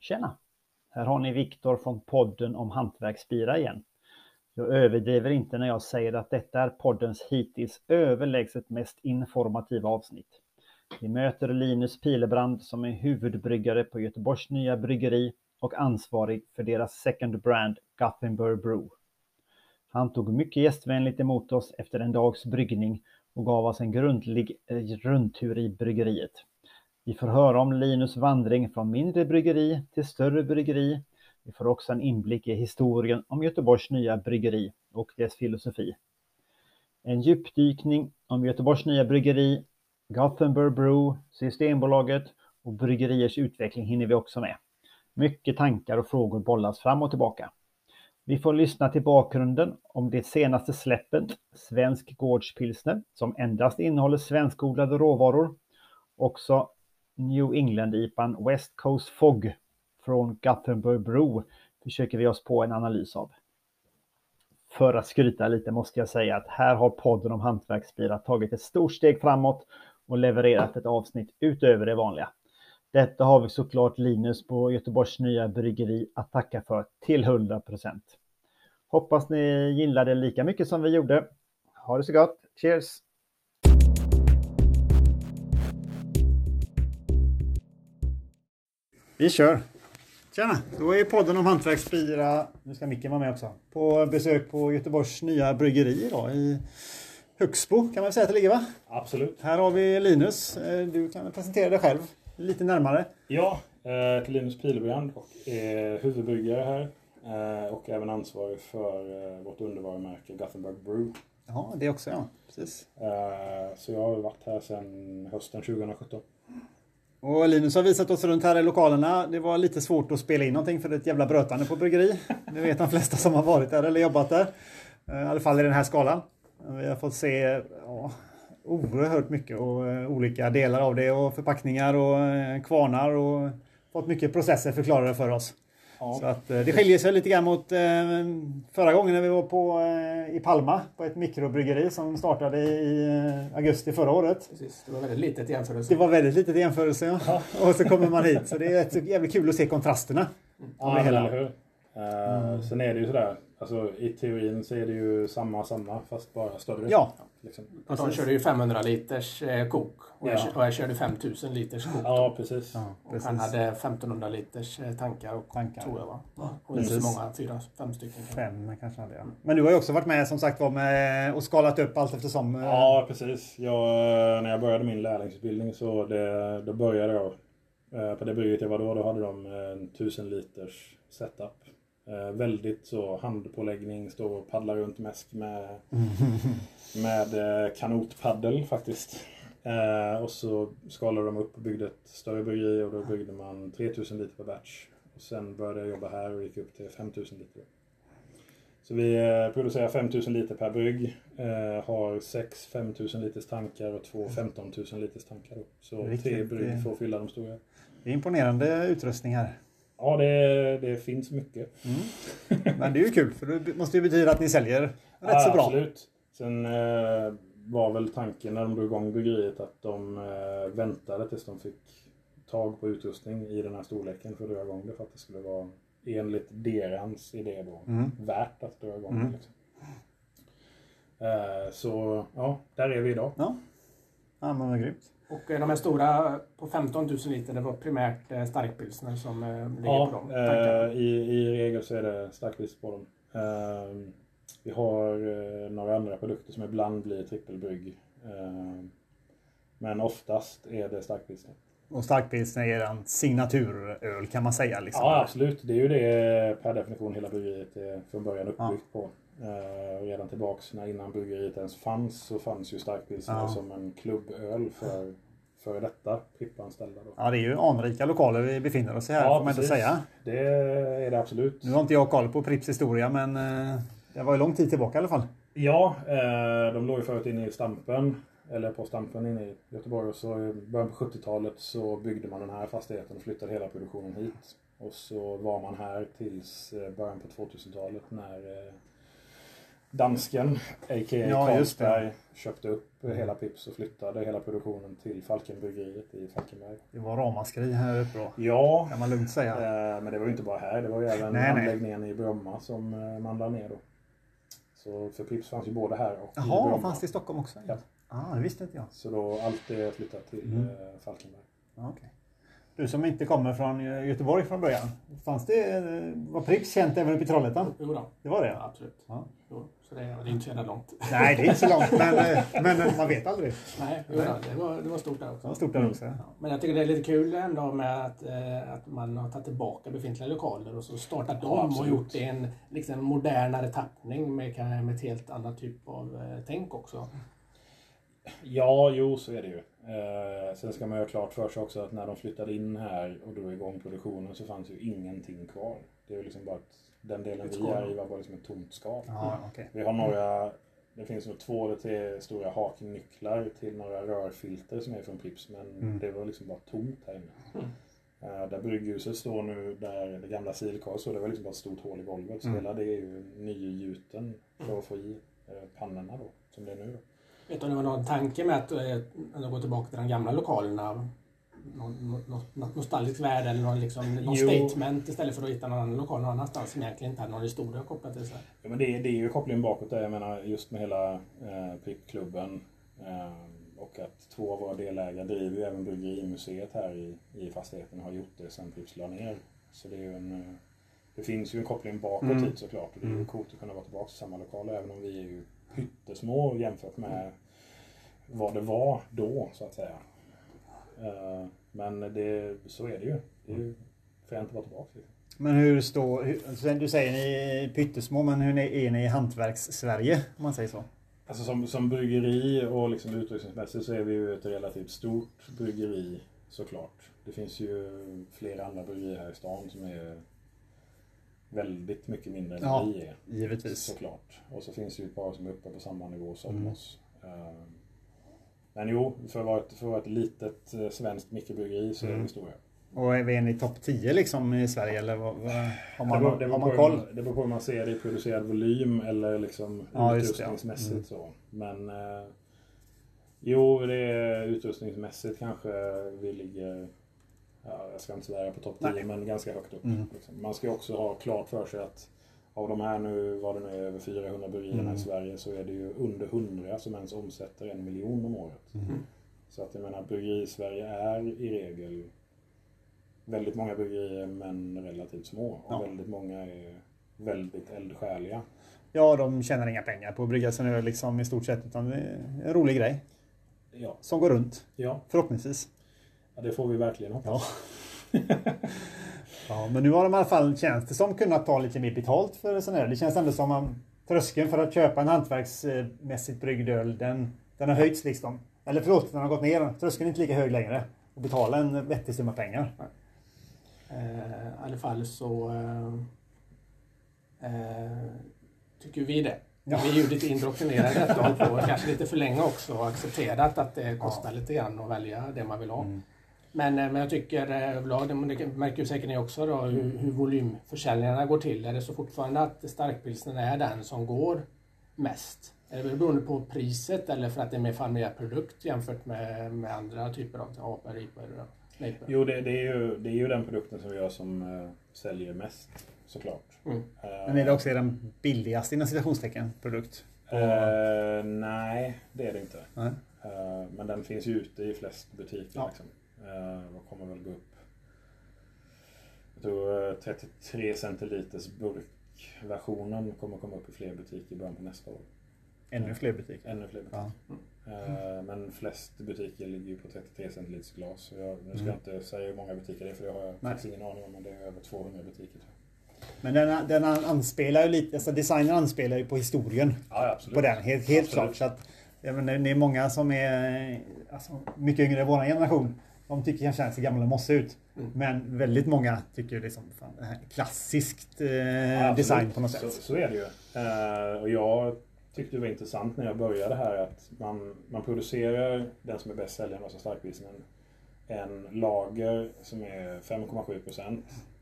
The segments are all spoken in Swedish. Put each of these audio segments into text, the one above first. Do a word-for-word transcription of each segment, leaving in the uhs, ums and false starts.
Tjena! Här har ni Viktor från podden om hantverksbira igen. Jag överdriver inte när jag säger att detta är poddens hittills överlägset mest informativa avsnitt. Vi möter Linus Pilebrand som är huvudbryggare på Göteborgs nya bryggeri och ansvarig för deras second brand Gothenburg Brew. Han tog mycket gästvänligt emot oss efter en dags bryggning och gav oss en grundlig rundtur i bryggeriet. Vi får höra om Linus vandring från mindre bryggeri till större bryggeri. Vi får också en inblick i historien om Göteborgs nya bryggeri och dess filosofi. En djupdykning om Göteborgs nya bryggeri, Gothenburg Brew, Systembolaget och bryggeriers utveckling hinner vi också med. Mycket tankar och frågor bollas fram och tillbaka. Vi får lyssna till bakgrunden om det senaste släppet, Svensk Gårdspilsner, som endast innehåller svenskodlade råvaror. Också New England-I P A:n West Coast Fog från Gothenburg Brew försöker vi oss på en analys av. För att skryta lite måste jag säga att här har podden om hantverksbira tagit ett stort steg framåt och levererat ett avsnitt utöver det vanliga. Detta har vi såklart Linus på Göteborgs nya bryggeri att tacka för till hundra procent. Hoppas ni gillade lika mycket som vi gjorde. Ha det så gott. Cheers! Vi kör! Tjena! Då är podden om hantverksbira, nu ska Micke vara med också, på besök på Göteborgs nya bryggeri idag i Högsbo, kan man säga att det ligger, va? Absolut. Här har vi Linus. Du kan presentera dig själv lite närmare. Ja, till Linus Pilebrand och är huvudbryggare här och även ansvarig för vårt undervarumärke Gothenburg Brew. Ja, det också, ja. Precis. Så jag har varit här sedan hösten tjugohundrasjutton. Och Linus har visat oss runt här i lokalerna. Det var lite svårt att spela in någonting för det är ett jävla brötande på bryggeri. Det vet de flesta som har varit där eller jobbat där. I alla fall i den här skalan. Vi har fått se ja, oerhört mycket och olika delar av det och förpackningar och kvarnar och fått mycket processer förklarade för oss. Ja. Så att det skiljer sig lite grann mot eh, förra gången när vi var på, eh, i Palma på ett mikrobryggeri som startade i eh, augusti förra året. Precis, det var väldigt litet i jämförelse. Det var väldigt litet i jämförelse, ja. Ja. Och så kommer man hit. Så det är ett, jävligt kul att se kontrasterna. Mm. Ja, eller hur? Uh, mm. Sen är det ju sådär, alltså i teorin så är det ju samma, samma fast bara större. Ja. Liksom. Och de körde ju femhundra liters eh, kok och, ja. jag, och jag körde femtusen liters kok. Ja, precis. Ja, och precis. han hade femtonhundra liters eh, tankar och tankar. Tror jag, va? Ja, och inte så många, fyra, fem stycken. Fem kanske hade jag. Men du har ju också varit med som sagt var med och skalat upp allt eftersom. Eh... Ja, precis. Jag, när jag började min lärlingsutbildning så det, då började jag eh, på det bryggeriet jag var då, då hade de en tusen liters setup. Eh, väldigt så handpåläggning, stå och paddla runt mäsk med, med eh, kanotpaddel faktiskt. Eh, och så skalade de upp och byggde ett större bryggeri och då byggde man tretusen liter per batch. Och sen började jag jobba här och gick upp till femtusen liter. Så vi eh, producerar femtusen liter per brygg, eh, har sex femtusen liters tankar och två femtontusen liters tankar. Så riktigt, tre brygg får fylla de stora. Det är imponerande utrustning här. Ja, det, det finns mycket. Mm. Men det är ju kul, för det måste ju betyda att ni säljer rätt ja, så bra. Absolut. Sen eh, var väl tanken när de drog igång bryggeriet att de eh, väntade tills de fick tag på utrustning i den här storleken för att dra igång det. För att det skulle vara enligt deras idé då mm. värt att dra igång mm. det. Liksom. Eh, så ja, där är vi idag. Ja, ja men vad grymt. Och de här stora på femton tusen liter, det var primärt eh, starkpilsner som eh, ligger ja, på dem. Eh, i, I regel så är det starkpilsner på dem. Eh, vi har eh, några andra produkter som ibland blir trippelbrygg. Eh, men oftast är det starkpilsner. Och starkpilsner är en signaturöl kan man säga. Liksom. Ja, absolut. Det är ju det per definition hela bryggeriet är från början uppbyggt ja. på. Eh, redan tillbaks när innan bryggeriet ens fanns så fanns ju starkpilsner ja. som en klubböl för, för detta Prippanställda. Då. Ja, det är ju anrika lokaler vi befinner oss i här, ja, får man inte säga. Det är det absolut. Nu har inte jag koll på Pripps historia, men eh, det var ju lång tid tillbaka i alla fall. Ja, eh, de låg ju förut inne i Stampen, eller på Stampen inne i Göteborg. Och så i början på sjuttiotalet så byggde man den här fastigheten och flyttade hela produktionen hit. Och så var man här tills början på tvåtusentalet när dansken, a k a. Ja, Carlsberg, köpte upp hela Pripps och flyttade hela produktionen till Falkenbryggeriet i Falkenberg. Det var ramaskri här uppe då. Ja, Kan man lugnt säga. eh, men det var ju inte bara här. Det var ju även Nej, nej. anläggningen i Bromma som eh, man la ner då. Så för Pripps fanns ju både här och i Jaha, Bromma. fanns det i Stockholm också? Ja. Ah, det visste inte jag. Så då allt är flyttat till Mm. eh, Falkenberg. Ah, okay. Du som inte kommer från Göteborg från början. Fanns det, var Pripps känt även uppe i Trollhättan? Jo då. Det var det? Ja, absolut. Ja. Jo, så det, det är inte så jävla långt. Nej, det är inte så långt, men, men man vet aldrig. Nej, jo, då, det, var, det var stort där också. Det var stort där också. Ja. Ja, men jag tycker det är lite kul ändå med att, eh, att man har tagit tillbaka befintliga lokaler och så startat Ja, om och absolut. gjort det i en liksom, modernare tappning med, med ett helt annat typ av eh, tänk också. Ja, jo så är det ju. Eh, sen ska man göra klart för sig också att när de flyttade in här och drog igång produktionen så fanns ju ingenting kvar. Det är ju liksom bara att den delen Ett vi skal. är i var bara liksom ett tomt skal. Ja, okay. Vi har några, det finns nog två eller tre stora haknycklar till några rörfilter som är från Pripps, men Mm. det var liksom bara tomt här inne. Mm. Eh, där brygghuset står nu, där det gamla Silkar så det var liksom bara ett stort hål i golvet. Så Mm. hela det är ju nygjuten för att få i eh, pannorna då, som det är nu då. Vet du om det var någon tanke med att eh, gå tillbaka till de gamla lokalerna? Någon, något, något nostalgiskt värde eller någon, liksom, någon Jo. statement istället för att hitta någon annan lokal någon annanstans som egentligen inte hade någon historia kopplat till sig? Ja, men det, är- det är ju kopplingen bakåt där, jag menar just med hela eh, Pripp-klubben eh, och att två av våra delägare driver ju även Bryggerimuseet här i, i fastigheten och har gjort det sedan Pripps la ner. Så det är ju en, eh, det finns ju en koppling bakåt Mm. hit såklart och det är ju Mm. coolt att kunna vara tillbaka i samma lokaler även om vi är ju pyttesmå jämfört med vad det var då så att säga. Eh, men det, så är det ju. Det är ju fränt att vara tillbaka. Liksom. Men hur står, hur, du säger ni är pyttesmå, men hur är ni i hantverks-Sverige om man säger så? Alltså som, som bryggeri och liksom utrustningsmässigt så är vi ju ett relativt stort bryggeri såklart. Det finns ju flera andra bryggerier här i stan som är väldigt mycket mindre än Ja, vi är. givetvis. Såklart. Och så finns det ju ett par som är uppe på samma nivå som Mm. oss. Eh, Men jo, för att vara ett, för att vara ett litet eh, svenskt mikrobryggeri så är Mm. vi stora. Och är vi i topp tio liksom i Sverige eller vad, vad, har man, det beror, det beror har man på koll? hur man- det beror på hur man ser det i producerad volym eller liksom Ja, just det, ja. utrustningsmässigt Mm. så. Men eh, jo, det är utrustningsmässigt kanske vi ligger, ja, jag ska inte svära på topp tio, Nej. men ganska högt upp. Mm. Liksom. Man ska också ha klart för sig att av de här nu, vad det nu är, över fyrahundra bryggerierna Mm. i Sverige så är det ju under hundra som ens omsätter en miljon om året. Mm. Så att jag menar, bryggeri i Sverige är i regel väldigt många bryggerier men relativt små. Och Ja. väldigt många är väldigt eldsjäliga. Ja, de tjänar inga pengar på att brygga sin öl liksom i stort sett, utan det är en rolig grej Ja, som går runt, ja. förhoppningsvis. ja det får vi verkligen hoppas. Ja. Ja, men nu har de i alla fall, känns det som, kunnat ta lite mer betalt för sån här. Det känns ändå som att tröskeln för att köpa en hantverksmässigt bryggd öl, den, den har höjts liksom. Eller förlåt, den har gått ner. Tröskeln är inte lika hög längre. Och betala en vettig summa pengar. Eh, I alla fall så eh, eh, tycker vi det. Ja. Vi är ju lite indoktrinerade i detta och hållit på kanske lite för länge också och accepterat att det kostar lite grann att välja det man vill ha. Mm. Men, eh, men jag tycker eh, överlag, det det märker ju säkert ni också då, hur, hur volymförsäljningarna går till. Är det så fortfarande att starkpilsen är den som går mest? Är det beroende på priset eller för att det är mer familjär produkt jämfört med, med andra typer av A P, R, I P eller nejper? Jo, det, det, är ju, det är ju den produkten som vi gör som uh, säljer mest såklart. Mm. Uh, Men är det också den billigaste inom citationstecken produkt? Uh, nej, det är det inte. Nej. Uh, men den finns ju ute i flest butiker. Ja. Liksom. Uh, och kommer väl gå upp. Jag tror uh, trettiotre centiliters burkversionen kommer komma upp i fler butiker i början på nästa år. Ännu fler butiker. Ännu fler butiker. Ja. Uh, men flest butiker ligger ju på trettiotre centiliters glas. Så jag, nu ska Mm. jag inte säga hur många butiker det är för det har jag Nej. faktiskt ingen aning om. Men det är över tvåhundra butiker. Men den, den anspelar ju lite, alltså designen anspelar ju på historien. Ja, absolut. På den, helt, helt Absolut. klart. Så att, jag menar, det är många som är alltså, mycket yngre än vår generation. De tycker kanske att det ser gammal och mossig ut. Mm. Men väldigt många tycker liksom fan, det här är klassiskt eh, Ja, design absolut. på något sätt. Så, så är det ju. Uh, och jag tyckte det var intressant när jag började här att man, man producerar den som är bäst säljande, alltså starkpilsen, en lager som är fem komma sju procent.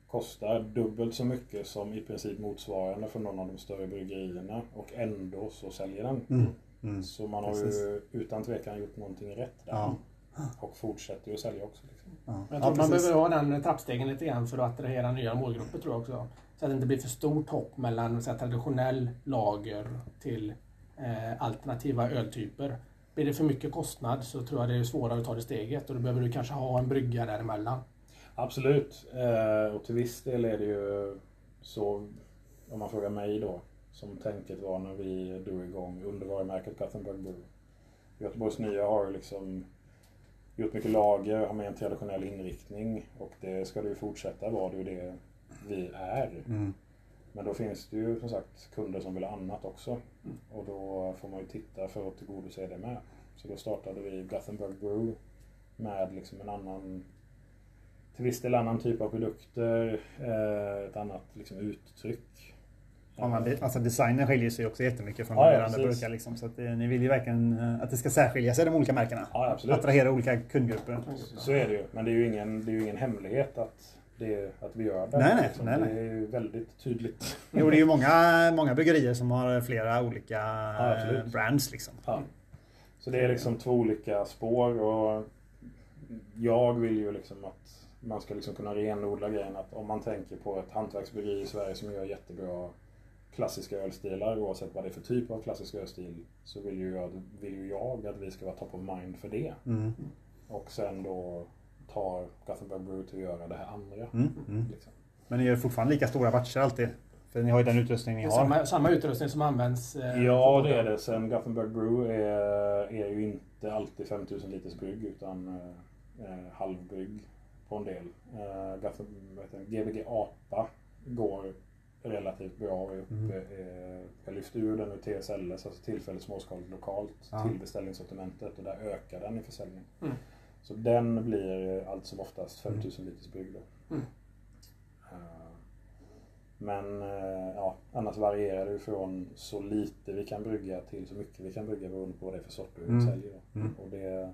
kostar dubbelt så mycket som i princip motsvarande för någon av de större bryggerierna och ändå så säljer den. Mm. Mm. Så man har Precis. ju utan tvekan gjort någonting rätt där. Ja. Och fortsätter ju att sälja också. Liksom. Ja. Jag Ja, tror man precis. behöver ha den trappstegen lite grann för att attrahera nya målgrupper tror jag också. Så att det inte blir för stort hopp mellan så här, traditionell lager till eh, alternativa öltyper. Blir det för mycket kostnad så tror jag det är svårare att ta det steget och då behöver du kanske ha en brygga däremellan. Absolut. Eh, och till viss del är det ju så, om man frågar mig då, som tänket var när vi drog igång undervarumärket Gothenburg Brew. Göteborgs Nya har ju liksom gjort mycket lager, har med en traditionell inriktning och det ska det ju fortsätta vara, det är ju det vi är. Mm. Men då finns det ju som sagt kunder som vill ha annat också och då får man ju titta för att tillgodose det med. Så då startade vi Gothenburg Brew med liksom en annan, till viss del annan typ av produkter, ett annat liksom uttryck. Ja, men det, alltså designen skiljer sig också jättemycket från Ja, de ja, andra precis. burkar. Liksom, så att det, ni vill ju verkligen eh, att det ska särskilja sig de olika märkena. Ja, absolut. Attrahera olika kundgrupper. Så är det ju, men det är ju ingen, det är ju ingen hemlighet att, det, att vi gör det. Nej, nej, liksom. nej, nej. Det är ju väldigt tydligt. Jo, det är ju många, många bryggerier som har flera olika Ja, absolut. eh, brands. Liksom. Ja. Så det är liksom två olika spår och jag vill ju liksom att man ska liksom kunna renodla grejen att om man tänker på ett hantverksbryggeri i Sverige som gör jättebra klassiska ölstilar, oavsett vad det är för typ av klassisk ölstil, så vill ju jag, vill ju jag att vi ska vara top of mind för det. Mm. Och sen då tar Gothenburg Brew till att göra det här andra. Mm. Mm. Liksom. Men ni gör fortfarande lika stora batcher alltid? För ni har ju den utrustning ni Det är har. samma, samma utrustning som används. Eh, Ja, för det är båda. det. Sen Gothenburg Brew är, är ju inte alltid femtusen liters brygg utan eh, halvbrygg på en del. Eh, Gothenburg, G V G APA går relativt bra upp. Mm. Eh, jag lyfter ur den ur T S L S, alltså tillfälligt småskaligt lokalt, Ja. till beställningssortimentet och där ökar den i försäljning. Mm. Så den blir allt som oftast femtusen liters brygg då. Mm. Eh, Men eh, ja, annars varierar det ju från så lite vi kan brygga till så mycket vi kan brygga beroende på vad det är för sorter vi Mm. säljer. Då. Mm. Och det,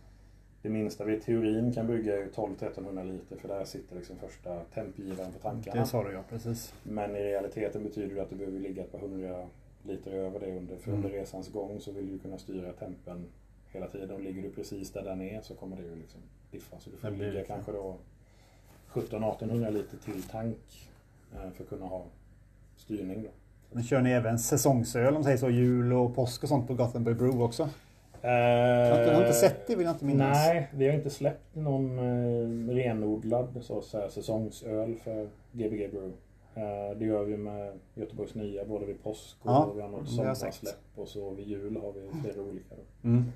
det minsta vi i teorin kan brygga är ju tolv till trettonhundra liter för där sitter liksom första tempgivaren på tankarna. Det sa du ja, precis. Men i realiteten betyder det att du behöver ligga ett par hundra liter över det under, för Mm. under resans gång så vill du kunna styra tempen hela tiden. Och ligger du precis där den är så kommer det ju liksom diffa. Så du får Det blir ligga liksom. kanske då sjutton till artonhundra liter till tank eh, för att kunna ha styrning då. Men kör ni även säsongsöl, om man säger så, jul och påsk och sånt på Gothenburg Brew också? Eh, Jag har inte sett det, vill jag inte minnas. Nej, vi har inte släppt någon eh, renodlad så att säga, säsongsöl för G B G Brew. Eh, det gör vi med Göteborgs Nya både vid påsk och Ja, vi har något det har jag sett. sommarsläpp och så vid jul har vi flera olika. Då. Mm.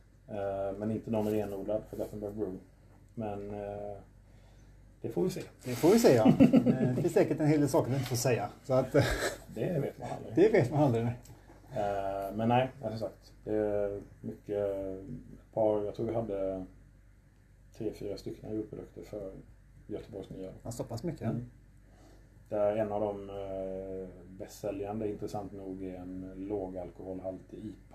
Eh, men inte någon renodlad för Gothenburg Brew. Men eh, det får vi se. Det får vi se ja. Det finns säkert en hel del saker vi inte får säga. Så att, Det vet man aldrig. det vet man aldrig. Eh, men nej, som sagt. Det är mycket, ett par, jag tror vi hade tre, fyra stycken julprodukter för Göteborgs Nya. Ja, så pass mycket. Mm. Där en av de eh, bästsäljande, intressant nog, är en lågalkoholhaltig I P A.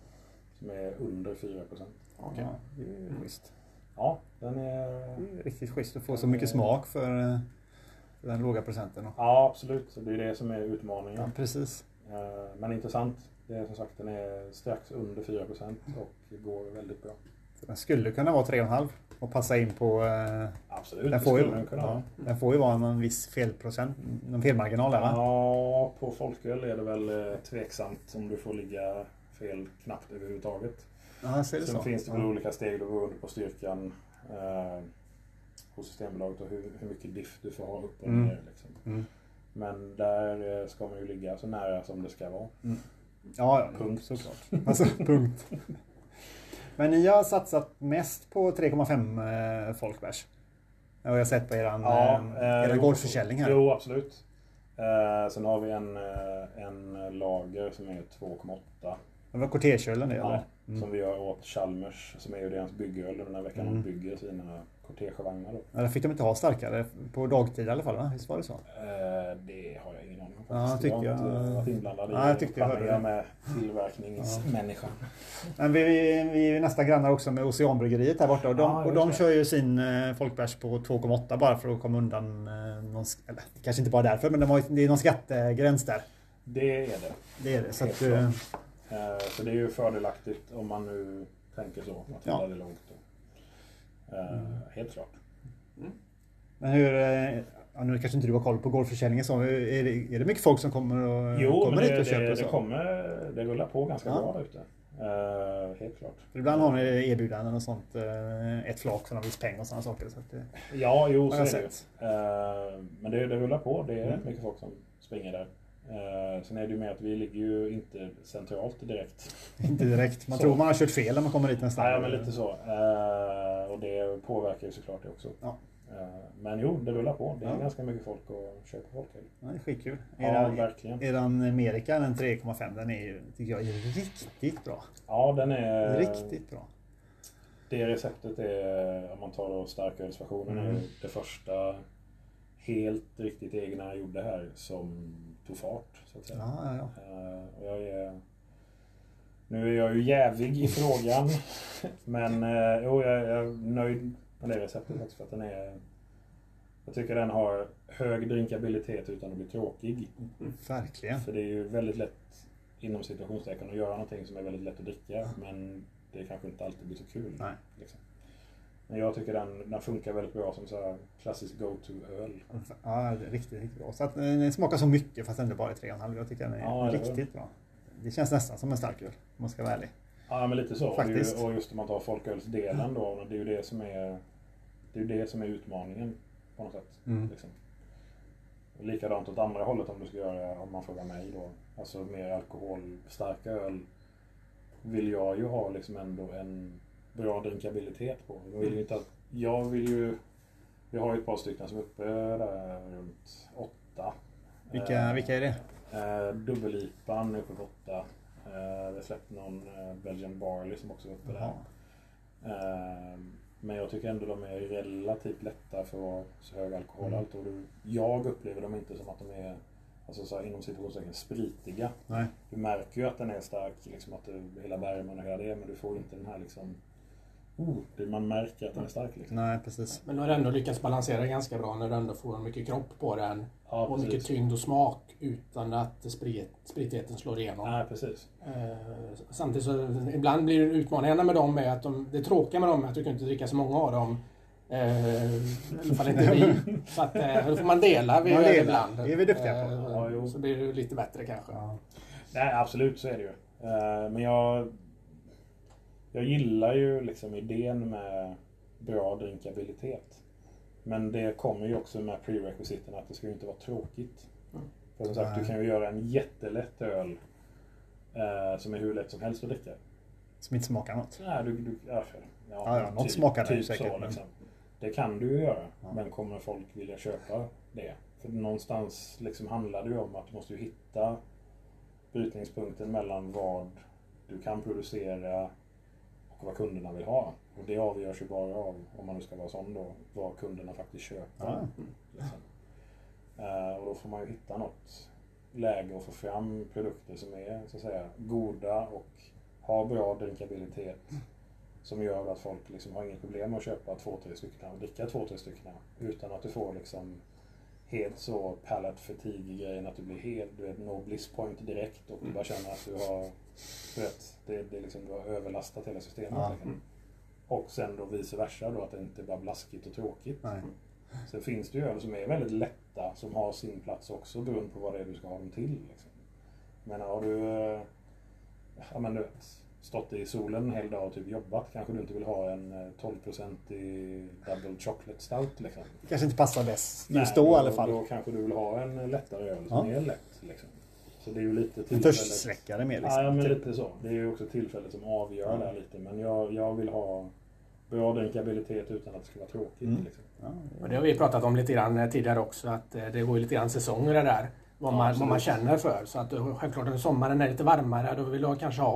Som är under fyra procent. Okay. Ja, det är ju schysst. Ja, den är... Det är riktigt schysst att få så mycket smak för, eh, för den låga procenten. Då. Ja, absolut. Så det är det som är utmaningen. Ja, precis. Eh, men intressant. Det är som sagt, den är strax under fyra procent och går väldigt bra. Så den skulle kunna vara tre komma fem och passa in på... Eh, Absolut, den, får det ju, skulle den kunna ja, ha. den får ju vara en viss felprocent, någon felmarginal där va? Ja, på folköl är det väl eh, tveksamt om du får ligga fel knappt överhuvudtaget. Ja, ser det Sen så. finns det väl Ja. olika steg då beroende på styrkan eh, hos Systembolaget och hur, hur mycket diff du får ha upp och Mm. ner. Liksom. Mm. Men där eh, ska man ju ligga så nära som det ska vara. Ja, ja, Punkt. såklart. Alltså, punkt. Men ni har satsat mest på tre komma fem eh, folkbärs. Det har jag sett på eran, Ja, eh, eh, era jo, gårdsförsäljning här. Jo, absolut. Eh, sen har vi en, eh, en lager som är två komma åtta. Det var kortékölen det Ja, eller? Mm. Som vi gör åt Chalmers, som är ju deras byggöl den här veckan. Mm. De bygger sina kortegevagnar då. Ja, där fick de inte ha starkare på dagtid i alla fall, va? Visst var det så? Eh, det har jag ingen aning om. Ja, tycker jag. Jag har inte varit inblandad i ja, jag tyckte jag hörde det. Med tillverkningsmänniskan. Men vi, vi, vi är nästan grannar också med Oceanbryggeriet här borta. Och de, Ja, och de kör ju sin eh, folkbärs på två komma åtta bara för att komma undan eh, någon, eller kanske inte bara därför, men de har, det är någon skattegräns där. Det är det. Det är det. Så, att, eh, så det är ju fördelaktigt om man nu tänker så. Att ja. det är långt då. Eh, mm. Helt klart. Mm. Men hur, ja, nu kanske inte du har koll på gårdförsäljningen, så är det, är det mycket folk som kommer och jo, kommer hit och det, köper? Jo, det, det kommer, det rullar på ganska ja. bra där ute. Uh, helt klart. För ibland har ni erbjudanden och sånt, uh, ett flak för någon viss peng och sådana saker. Så att det, ja, jo, så är sett. det uh, Men det, det rullar på, det är mm. rätt mycket folk som springer där. Uh, sen är det ju med att vi ligger ju inte centralt direkt. Inte direkt, man så. Tror man har kört fel när man kommer dit nästan. Ja, men lite så. Uh, och det påverkar ju såklart det också. Ja. Men jo, det rullar på. Det är ja. ganska mycket folk och köper folköl. Ja, det är skitkul. Ja, eran, verkligen. Eran Amerika, den tre komma fem, den är ju, tycker jag, är riktigt bra. Ja, den är... Riktigt bra. Det receptet är, om man tar då starkölsversionen, mm. är det första helt riktigt egna jag gjorde här som tog fart, så att säga. Ja, ja, ja. Och jag är... Nu är jag ju jävig i frågan, men jo, jag är nöjd med det receptet också för att den är... Jag tycker den har hög drinkabilitet utan att bli tråkig. Mm, verkligen. För det är ju väldigt lätt inom situationstecken att göra någonting som är väldigt lätt att dricka, men det kanske inte alltid blir så kul. Nej. Liksom. Men jag tycker den, den funkar väldigt bra som så här klassisk go-to-öl. Ja, riktigt, riktigt bra. Så att den smakar så mycket fast ändå bara är tre komma fem. Jag tycker den är ja, riktigt bra. Det känns nästan som en starköl, om man ska vara ärlig. Ja, men lite så. Faktiskt. Och just om man tar folkölsdelen då, det är ju det som är, det är, ju det som är utmaningen på något sätt. Mm. Liksom. Och likadant åt andra hållet om du ska göra, om man frågar mig då, alltså mer alkoholstarka öl vill jag ju ha liksom ändå en bra drinkabilitet på. Jag vill ju inte att, jag vill ju, vi har ju ett par stycken som är uppe där runt åtta. Vilka, eh, vilka är det? Eh, Dubbel-ipan är uppe på åtta. Eh, det släppte någon eh, Belgian Barley som också är uppe där. Eh, men jag tycker ändå de är relativt lätta för att vara så hög alkoholhalt. Mm. Och du, jag upplever dem inte som att de är, alltså så här, inom situationstecken spritiga. Nej. Du märker ju att den är stark, liksom att du, hela Bergman och hela det, men du får inte den här liksom, oh, det, man märker att den är stark. Liksom. Nej, precis. Men du har ändå lyckats balansera ganska bra när du ändå får mycket kropp på den. Ja, och mycket tyngd och smak utan att sprit, spritigheten slår igenom. Nej, precis. Eh, samtidigt så ibland blir utmaningarna med dem är att de, det tråkiga med dem är att du kan inte dricka så många av dem. Eh, I alla fall inte vi. Så att, eh, då får man dela vi man delar. ibland. Det är vi duktiga på. Eh, ja, jo. Så blir det lite bättre kanske. Ja. Nej, absolut så är det ju. Eh, men jag, jag gillar ju liksom idén med bra drinkabilitet. Men det kommer ju också med prerequisiten att det ska ju inte vara tråkigt. Mm. För som sagt, du kan ju göra en jättelätt öl eh, som är hur lätt som helst att dricka. Som inte smakar något? Nej, du, du, ja, ja, ja, ja, något typ, smakar det typ säkert. Så, liksom. Det kan du ju göra, ja. Men kommer folk vilja köpa det? För någonstans liksom handlar det ju om att du måste ju hitta brytningspunkten mellan vad du kan producera och vad kunderna vill ha. Och det avgörs ju bara av, om man nu ska vara sån då, vad kunderna faktiskt köper. Ja. Liksom. Uh, och då får man ju hitta något läge och få fram produkter som är så att säga goda och har bra drinkabilitet. Som gör att folk liksom har inget problem att köpa två, tre stycken och dricka två, tre stycken. Utan att du får liksom helt så palate fatigue grejen att du blir helt, du vet, no bliss point direkt och du bara känner att du har, du vet, det, det är liksom, du har överlastat hela systemet. Ja. Liksom. Och sen då vice versa då, att det inte bara blaskigt och tråkigt. Nej. Sen finns det ju öl som är väldigt lätta, som har sin plats också beroende på vad det är du ska ha dem till. Liksom. Men har du, ja men du vet, stått i solen en hel dag och typ jobbat, kanske du inte vill ha en tolv procent i double chocolate stout liksom. Det kanske inte passar bäst Nej, just då, då i alla fall. Då kanske du vill ha en lättare öl som Ja. är lätt liksom. Så det är ju lite En tillfället. törstsläckare mer liksom. Ja, men typ. lite så. Det är ju också tillfället som avgör Ja. där lite. Men jag, jag vill ha bra drinkabilitet utan att det ska vara tråkigt. Mm. Liksom. Ja, Och det har vi pratat om lite grann tidigare också, att det går ju lite grann säsonger där. Vad man, Ja, vad man känner för. Så att självklart under sommaren är det lite varmare, då vill du kanske ha en,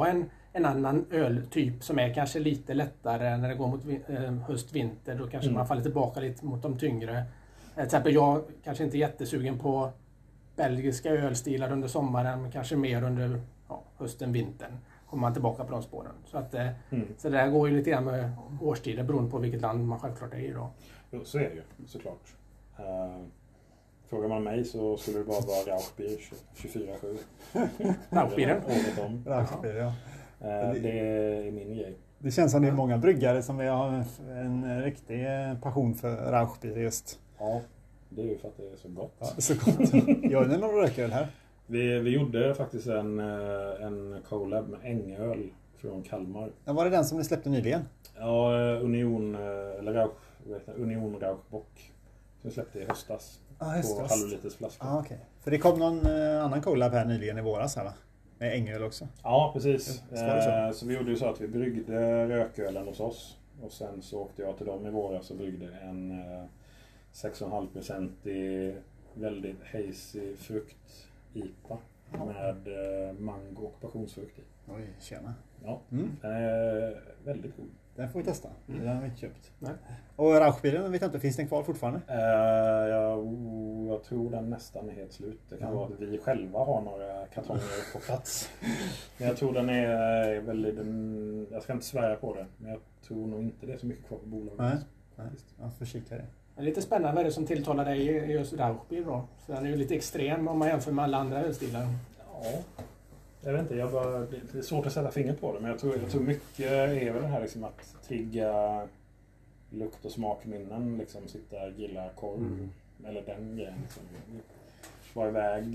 en annan öltyp som är kanske lite lättare när det går mot höst-vinter. Då kanske mm. man faller tillbaka lite mot de tyngre. Till exempel jag kanske inte är jättesugen på belgiska ölstilar under sommaren, men kanske mer under ja, hösten, vintern. Kommer man tillbaka på de spåren. Så, att, mm. så det där går ju lite grann med årstider beroende på vilket land man självklart är i då. Jo, så är det ju såklart. Uh, frågar man mig så skulle det bara vara Rauchbier tjugofyra sju. Rauchbier? Rauchbier, ja. Uh, det är min grej. Det känns som det är många bryggare som har en riktig passion för Rauchbier just. Ja, det är ju för att det är så gott. Ja, så gott. Gör ni någon rököl här? Vi, vi gjorde faktiskt en, en collab med Ängöl från Kalmar. Ja, var det den som ni släppte nyligen? Ja, Union, eller Rauch, vet jag, Union Rauchbock. Som vi släppte i höstas. Ah, höstas. På halvliters flaska. Ah, okay. För det kom någon annan collab här nyligen i våras här va? Med Ängöl också. Ja, precis. Så, så. så vi gjorde ju så att vi bryggde rökölen hos oss. Och sen så åkte jag till dem i våras och bryggde en sex komma fem procent i väldigt hazy frukt I P A med eh, mango och passionsfrukt i. Oj, tjena. Ja, mm. den är väldigt god. Den får vi testa. Mm. Den har vi inte köpt. Nej. Och Rauchbieren, vet jag inte, finns den kvar fortfarande? Uh, jag, jag tror den nästan är helt slut. Det kan mm. vara att vi själva har några kartonger på plats. Men jag tror den är väldigt... Den, jag ska inte svära på det, men jag tror nog inte det är så mycket kvar på bolaget. Nej, Nej. jag får kika det. Det är lite spännande vad det som tilltalar dig i just Rauchbier då. Så den är ju lite extrem om man jämför med alla andra ölstilar. Ja, jag vet inte. Jag bara, det är svårt att sätta fingret på det. Men jag tror, jag tror mycket är väl det här liksom att trigga lukt- och smakminnen. Liksom sitta och gilla korv. Mm. Eller den grejen. Liksom. Vara iväg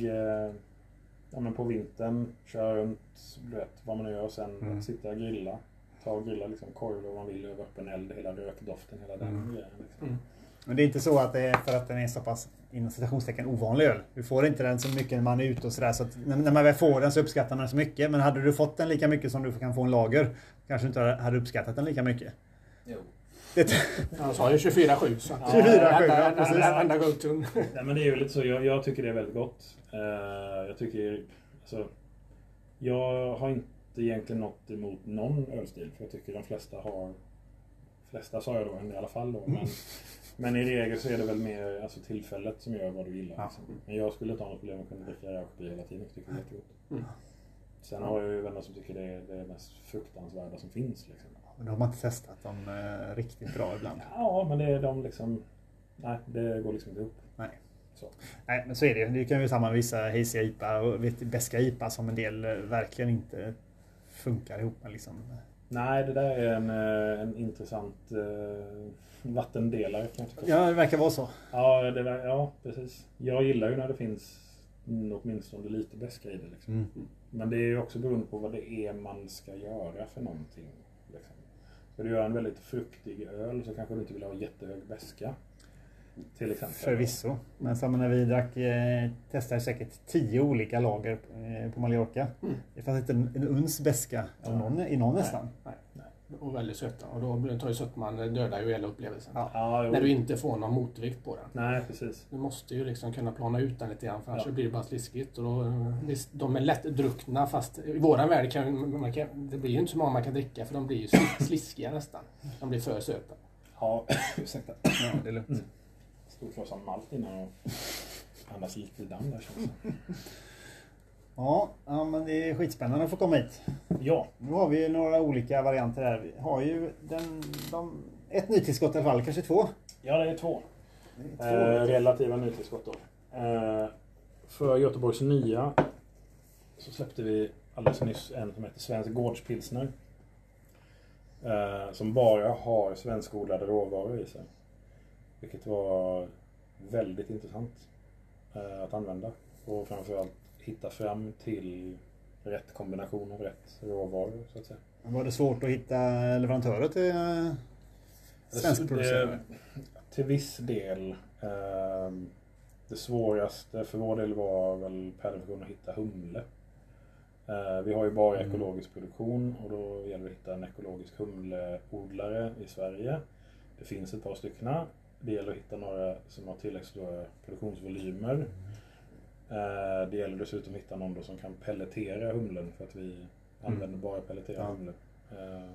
ja, men på vintern. Köra runt, du vet, vad man nu gör. Sen mm. sitta och grilla. Ta och grilla liksom korv och man vill över öppen eld. Hela rökdoften, hela den mm. grejen. Liksom. Mm. Men det är inte så att det är för att den är så pass inom citationstecken ovanlig öl. Du får inte den så mycket när man är ute och sådär. Så att när man väl får den så uppskattar man den så mycket. Men hade du fått den lika mycket som du kan få en lager kanske inte hade uppskattat den lika mycket. Jo. Det jag sa ju tjugofyra sju. tjugofyra sju, ja, precis. Enda go-to. Ja, men det är ju lite så. Jag, jag tycker det är väldigt gott. Uh, jag tycker... Alltså, jag har inte egentligen något emot någon ölstil. För jag tycker de flesta har... flesta sa jag då i alla fall då. Men, men i regel så är det väl mer alltså, tillfället som gör vad du gillar. Ja. Liksom. Men jag skulle inte ha något problem att kunna dricka Rauchbier hela tiden. Jag tycker det är jättegott. Mm. Sen har jag ju vänner som tycker det är det mest fruktansvärda som finns. Liksom. Men då har man inte testat dem eh, riktigt bra ibland. Ja, men det är de liksom... Nej, det går liksom inte upp. Nej. Så. Nej, men så är det. Det kan ju samma vissa hazy I P A och beska I P A som en del verkligen inte funkar ihop med liksom... Nej, det där är en, en intressant uh, vattendelare kan jag tycka. Ja, det verkar vara så. Ja, det, ja, precis. Jag gillar ju när det finns åtminstone lite beska i det. Liksom. Mm. Men det är ju också beroende på vad det är man ska göra för någonting. Liksom. Ska du göra en väldigt fruktig öl så kanske du inte vill ha jättehög beska. Till exempel. Förvisso. Men som när vi drack, eh, testade säkert tio olika lager eh, på Mallorca. Mm. Det fanns inte en, en uns beska ja. någon, i någon nej, nästan. Nej, nej. Och väldigt söta. Och då tar ju sötman dödar ju hela upplevelsen. Ja. Ja, när du inte får någon motvikt på den. Nej, precis. Du måste ju liksom kunna plana ut den lite grann. För annars ja. blir det bara sliskigt. Och då, de är lätt druckna fast i våran värld kan, man kan det blir ju inte så många man kan dricka. För de blir ju sliskiga nästan. De blir för söta. Ja, ursäkta. Ja, det är lugnt. Mm. Stod klart som malt innan och andas lite damm där känns det. Ja, ja, men det är skitspännande att få komma hit. Ja. Nu har vi några olika varianter här. Vi har ju den, de, ett nytillskott i alla fall, kanske två. Ja, det är två. Det är två eh, relativa nytillskott då. Eh, för Göteborgs nya så släppte vi alldeles nyss en som heter Svensk Gårdspilsner. Eh, som bara har svenskodlade råvaror i sig. Vilket var väldigt intressant eh, att använda. Och framförallt hitta fram till rätt kombination av rätt råvaror så att säga. Var det svårt att hitta leverantörer till eh, svenskproducerade? Till viss del. Eh, det svåraste för vår del var väl per definition att hitta humle. Eh, vi har ju bara mm. ekologisk produktion och då gäller det att hitta en ekologisk humleodlare i Sverige. Det finns ett par stycken. Det gäller att hitta några som har tillräckligt stora produktionsvolymer. Mm. Det gäller dessutom att hitta någon som kan pelletera humlen för att vi använder mm. bara pelleterad humle. Uh,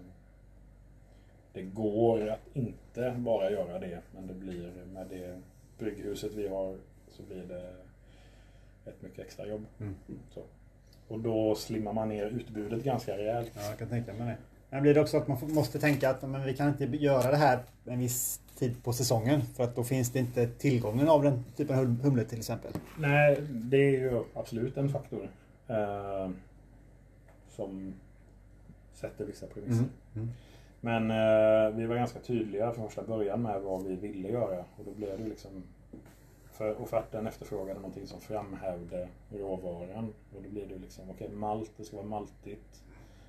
det går att inte bara göra det, men det blir med det brygghuset vi har så blir det ett mycket extra jobb. Mm. Så. Och då slimmar man ner utbudet ganska rejält. Ja, jag kan tänka mig det. Men blir det också att man måste tänka att men vi kan inte göra det här en viss tid på säsongen för att då finns det inte tillgången av den typen av humle till exempel? Nej, det är ju absolut en faktor eh, som sätter vissa premisser. Mm. Mm. Men eh, vi var ganska tydliga från första början med vad vi ville göra och då blev det liksom för offerten efterfrågade någonting som framhävde råvaran och då blir det liksom okej, okay, malt, det ska vara maltigt.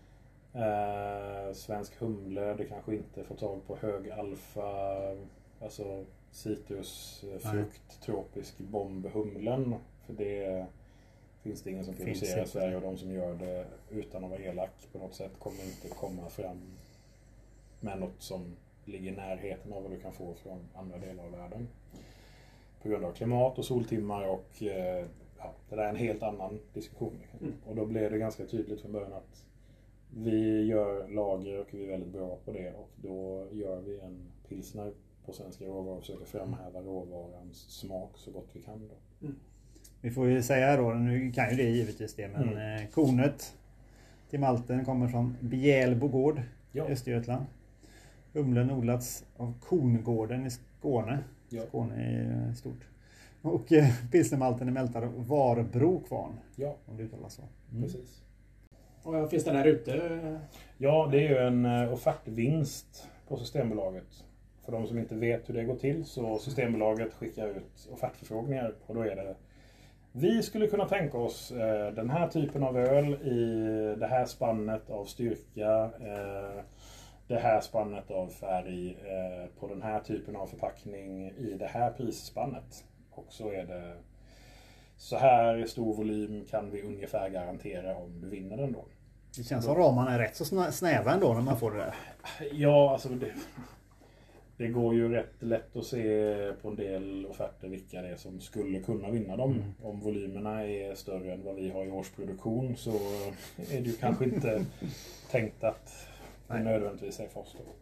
Eh, svensk humle, det kanske inte får tag på hög alfa, alltså citrusfrukt, tropisk bombhumlen, för det finns det ingen som producerar i Sverige och de som gör det utan att vara elak på något sätt kommer inte komma fram med något som ligger i närheten av vad du kan få från andra delar av världen. På grund av klimat och soltimmar och eh, ja, det där är en helt annan diskussion. Mm. Och då blev det ganska tydligt från början att vi gör lager och vi är väldigt bra på det och då gör vi en pilsner på svenska råvaror och försöker framhäva råvarans smak så gott vi kan då. Mm. Vi får ju säga då, nu kan ju det givetvis det, men mm. kornet till malten kommer från Bjälbo gård i ja. Östergötland. Humlen odlats av Korngården i Skåne. Ja. Skåne är stort. Och eh, pilsnermalten är mältad av Varbro kvarn. Ja, om det uttalas så. Mm. Precis. Och finns den här ute? Ja, det är ju en offertvinst på Systembolaget. För de som inte vet hur det går till så Systembolaget skickar ut offertförfrågningar och då är det vi skulle kunna tänka oss eh, den här typen av öl i det här spannet av styrka, eh, det här spannet av färg eh, på den här typen av förpackning i det här prisspannet. Och så är det så här stor volym kan vi ungefär garantera om du vinner den då. Det känns som ramarna är rätt så snäva ändå när man får det där. Ja, alltså det, det går ju rätt lätt att se på en del offerter vilka det är som skulle kunna vinna dem. Mm. Om volymerna är större än vad vi har i årsproduktion så är det ju kanske inte tänkt att det nödvändigtvis är för oss då.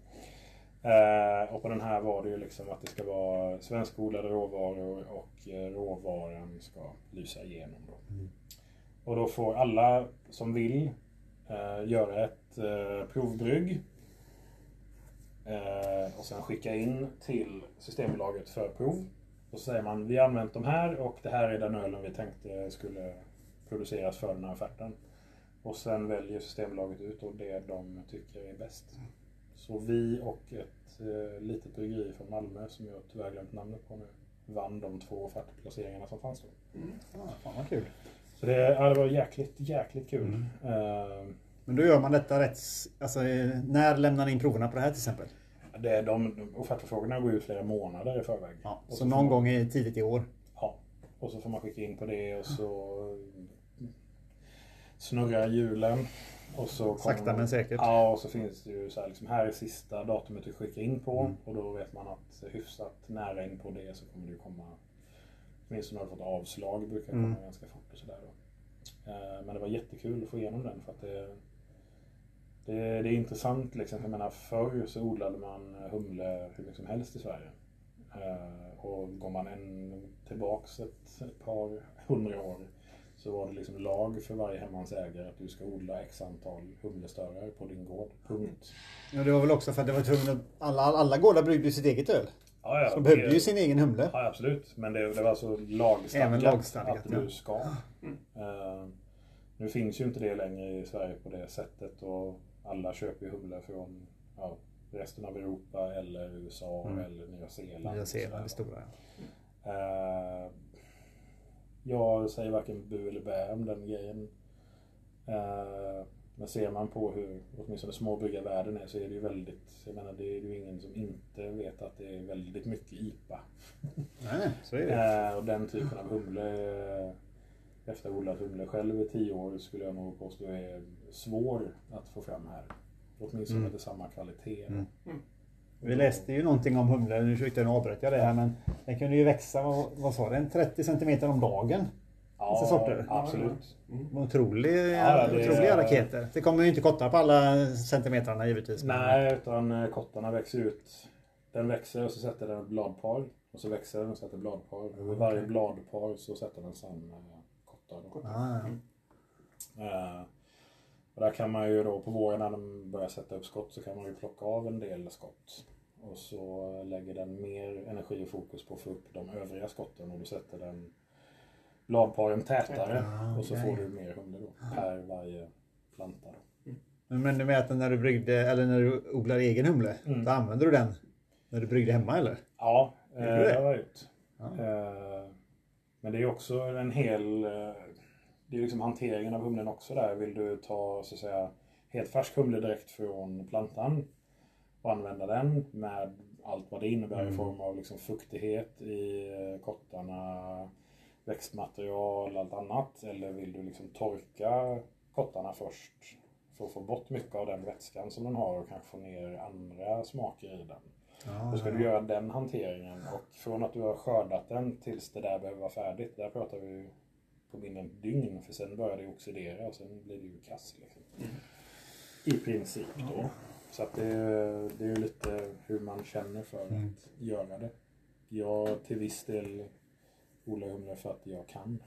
Eh, och på den här var det ju liksom att det ska vara svenskodlade råvaror och eh, råvaran ska lysa igenom då. Mm. Och då får alla som vill eh, göra ett eh, provbrygg eh, och sen skicka in till Systembolaget för prov. Och så säger man vi har använt de här och det här är den ölen vi tänkte skulle produceras för den här offerten. Och sen väljer Systembolaget ut och det de tycker är bäst. Så vi och ett eh, litet bryggeri från Malmö som jag tyvärr glömt namnet på nu vann de två offertplaceringarna som fanns då. Mm. Ah, fan vad kul. Så det, ja, det var jäkligt, jäkligt kul. Mm. Uh, Men då gör man detta rätt, alltså när lämnar ni in proverna på det här till exempel? Det, de, de offertförfrågorna går ut flera månader i förväg. Ja, så, så någon man, gång i tidigt i år? Ja, och så får man skicka in på det och så snurrar hjulen. Och så sakta men säkert. Ja, och så finns det ju så här, liksom, här är sista datumet du skickar in på. Mm. Och då vet man att hyfsat nära in på det så kommer det ju komma, minst när du fått avslag brukar komma mm. ganska fort och sådär då. Eh, men det var jättekul att få igenom den för att det, det, det är intressant liksom. Jag menar förr så odlade man humle hur mycket som helst i Sverige. Eh, och går man en tillbaks ett, ett par hundra år så var det liksom lag för varje hemmansägare att du ska odla x antal humlestörar på din gård. Punkt. Ja, det var väl också för att det var tvungen att alla, alla gårdar bryggde ju sitt eget öl. Ja, ja, så behövde det, ju sin egen humle. Ja, absolut. Men det, det var så lagstadgat, lagstadgat att ja. du ska. Mm. Uh, nu finns ju inte det längre i Sverige på det sättet och alla köper ju humle från ja, resten av Europa eller U S A mm. eller Nya Zeeland. Nya Zeeland är stora. Ja. Uh, Jag säger varken bu eller bä om den grejen. Uh, men ser man på hur åtminstone småbryggarvärlden är så är det ju väldigt, jag menar det är ju ingen som inte vet att det är väldigt mycket I P A. Nej, så är det. Uh, och den typen av humle, efter odlat humle själv i tio år skulle jag nog påstå är svår att få fram här. Åtminstone mm. till samma kvalitet. Mm. Mm. Vi läste ju någonting om humle, nu försökte jag avbryta det här, men den kunde ju växa, vad, vad sa det, en trettio centimeter om dagen. Ja, vissa sorter. Absolut. Mm. Otroliga, Ja, det är- otroliga raketer. Det kommer ju inte kottar på alla centimetrarna givetvis. Nej, utan kottarna växer ut. Den växer och så sätter den ett bladpar. Och så växer den och sätter bladpar. Och vid varje bladpar så sätter den sen kottar. Då. Ah, ja. Uh, och där kan man ju då på våren när den börjar sätta upp skott så kan man ju plocka av en del skott. Och så lägger den mer energi och fokus på att få upp de övriga skotten och då sätter den bladparen tätare. Ah, och så okej. får du mer humle då, per varje planta. Då. Men du menar att när du bryggde, eller när du odlar egen humle, Mm. då använder du den när du bryggde hemma eller? Ja, eh, Gjorde du det? det har jag gjort. Ja. Eh, men det är också en hel... Eh, det är liksom hanteringen av humlen också där. Vill du ta så att säga helt färsk humle direkt från plantan och använda den med allt vad det innebär Mm. i form av liksom fuktighet i eh, kottarna, växtmaterial, allt annat. Eller vill du liksom torka kottarna först för att få bort mycket av den vätskan som den har och kanske få ner andra smaker i den. Ja, Då ska ja. du göra den hanteringen och från att du har skördat den tills det där behöver vara färdigt. Där pratar vi på mindre än ett dygn för sen börjar det oxidera och sen blir det ju kass. Liksom. Mm. I princip då. Så att det, det är ju lite hur man känner för Mm. att göra det. Jag till viss del odlar humle för att jag kan.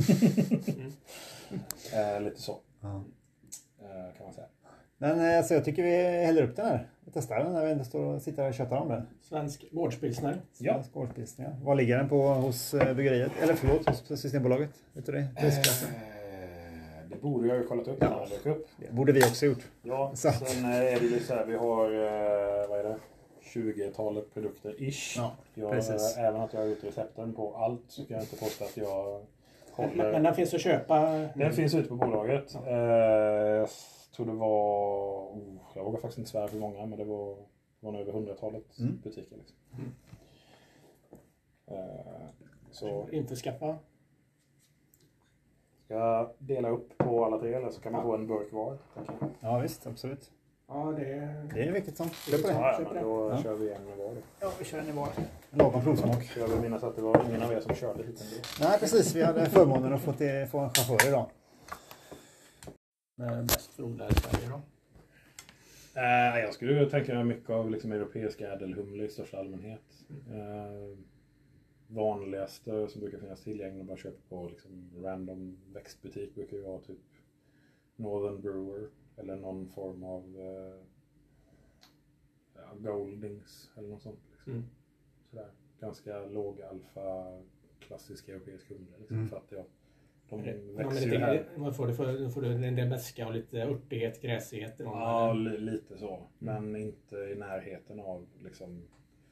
eh, lite så Ja. eh, kan man säga. Men eh, alltså, jag tycker vi häller upp den här. Vi testar den när vi ändå står och sitter och tjötar om den. Svensk gårdspilsner. Ja. Skålspilsning, ja. Var ligger den på hos eh, bryggeriet? Eller förlåt, hos Systembolaget? Vet du det? Prisklassen. Eh, det borde jag ju kollat upp innan jag dök upp. Det borde vi också gjort. Ja, Så att- sen är det lite så här, vi har, eh, vad är det, tjugotalet produkter ish. Ja, jag, precis. eh, Även att jag har gjort recepten på allt så kan jag inte påstå att jag håller. Men den finns att köpa. Den finns ute på bolaget. Eh, jag tror det var, oh, jag vågar faktiskt inte svära för många, men det var, det var nog över hundratalet Mm. butiker. Liksom. Eh, så Införskaffa. ska jag dela upp på alla tre eller så kan man få en burk var. tänker jag. Ja visst, absolut. Ja, det är... Det är viktigt som. Köp på det. Ja, ja, men då Ja. kör vi en var då. Ja, vi kör en i var. Lagom provsmak. Jag vill minnas att det var ingen av er som körde hit ändå. Nej precis, vi hade förmånen att få, till, få en chaufför idag. Men bäst förodlade i Sverige då. Eh, jag skulle tänka mig mycket av liksom, europeiska ädelhumle i största allmänhet. Eh, vanligaste som brukar finnas tillgängliga och bara köpa på liksom, random växtbutik brukar ju vara typ Northern Brewer eller någon form av eh, ja, Goldings eller något sånt. Liksom. Mm. Sådär. Ganska låg alfa klassisk europeisk humle liksom, Mm. för att ja, de Ja, men växer ju lite, här. vad får du för? Får du en del beska och lite örtighet, gräsighet? i dem, Ja, eller? li- lite så. Men inte i närheten av liksom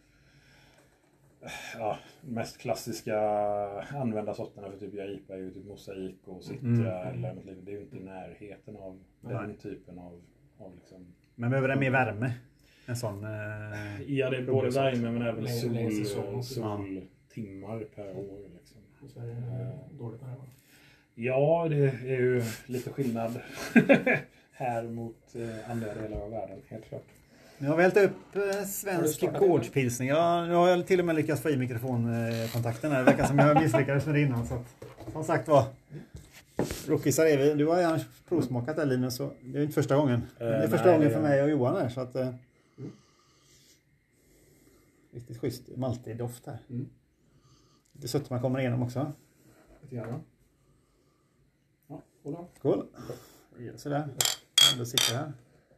ja, mest klassiska använda sorterna för typ Jaripa är ju typ mosaik och citra Mm. eller något liknande. Det är ju inte i närheten av Nej. den typen av, av liksom... Men behöver den mer värme? En sån... Eh... Ja, det är både värme men även Längre- längre säsong. sol, soltimmar per år liksom. I Sverige är det dåligt med det, va? Ja, det är ju lite skillnad här mot eh, andra delar av världen, helt klart. Nu har vi hällt upp eh, Har du svensk startat gårdspilsning. Ja, nu har jag till och med lyckats få i mikrofonkontakten här. Det verkar som jag misslyckades med det innan. Så att, som sagt var, rookiesar är vi. Du har ju provsmakat där Linus, så det är inte första gången. Det är Eh, första nej, gången det för är- mig och Johan här. Så att, eh, riktigt schysst maltig doft här. Mm. Lite sött man kommer igenom också. Lite grann. Ja, och då? Cool. Sådär. Ändå sitter här.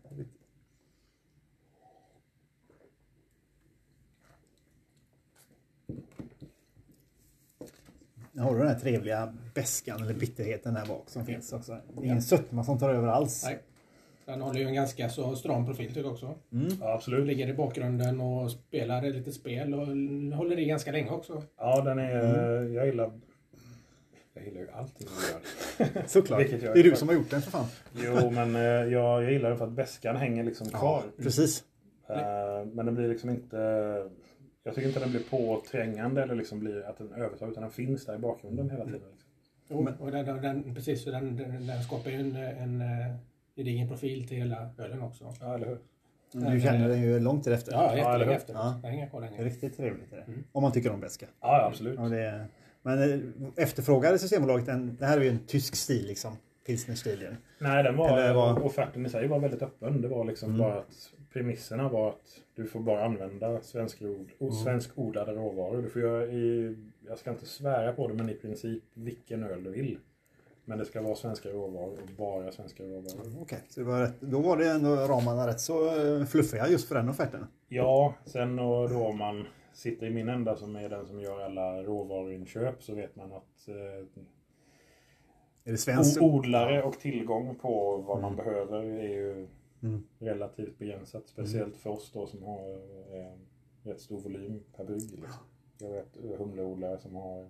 Nu har du den här trevliga beskan eller bitterheten där bak som finns också. Det är ingen sötma som tar över alls. Nej. Den håller ju en ganska så stram profil tycker jag också. Mm. Ja, Du absolut. ligger i bakgrunden och spelar lite spel och håller i ganska länge också. Ja, den är... Jag gillar... Jag gillar ju allting som jag gör. Såklart. Vilket jag Det är du gör. som har gjort den för fan. Jo, men eh, jag, jag gillar den för att beskan hänger liksom kvar. Precis. Eh, men den blir liksom inte... Jag tycker inte den blir påträngande eller liksom blir att den övertar utan den finns där i bakgrunden hela tiden. Liksom. Jo, och den, den, den, precis, så den, den, den skapar ju en, en eh, gedigen profil till hela ölen också. Ja, eller hur? Du känner den ju långt efter. Ja, eller jättelänge hur? efter. Ja. Den hänger kvar Det är länge. riktigt trevligt. Är det. Mm. Om man tycker om beska. Ja, absolut. Och det, Men eh, efterfrågade Systembolaget, en, det här är ju en tysk stil liksom, pilsnerstilen. Nej, den var, Eller var- offerten i sig var väldigt öppen. Det var liksom Mm. bara att premisserna var att du får bara använda svenskrod, Mm. svenskodlade råvaror. Du får göra i, jag ska inte svära på det, men i princip vilken öl du vill. Men det ska vara svenska råvaror och bara svenska råvaror. Okej, så det var rätt, då var det ändå ramarna rätt så eh, fluffiga just för den offerten. Ja, sen och då om man sitter i min ända som är den som gör alla råvaruinköp, så vet man att eh, Är det svenskt? o- odlare och tillgång på vad man Mm. behöver är ju Mm. relativt begränsat. Speciellt för oss då som har eh, rätt stor volym per brygg. Liksom. Jag vet eh, humleodlare som har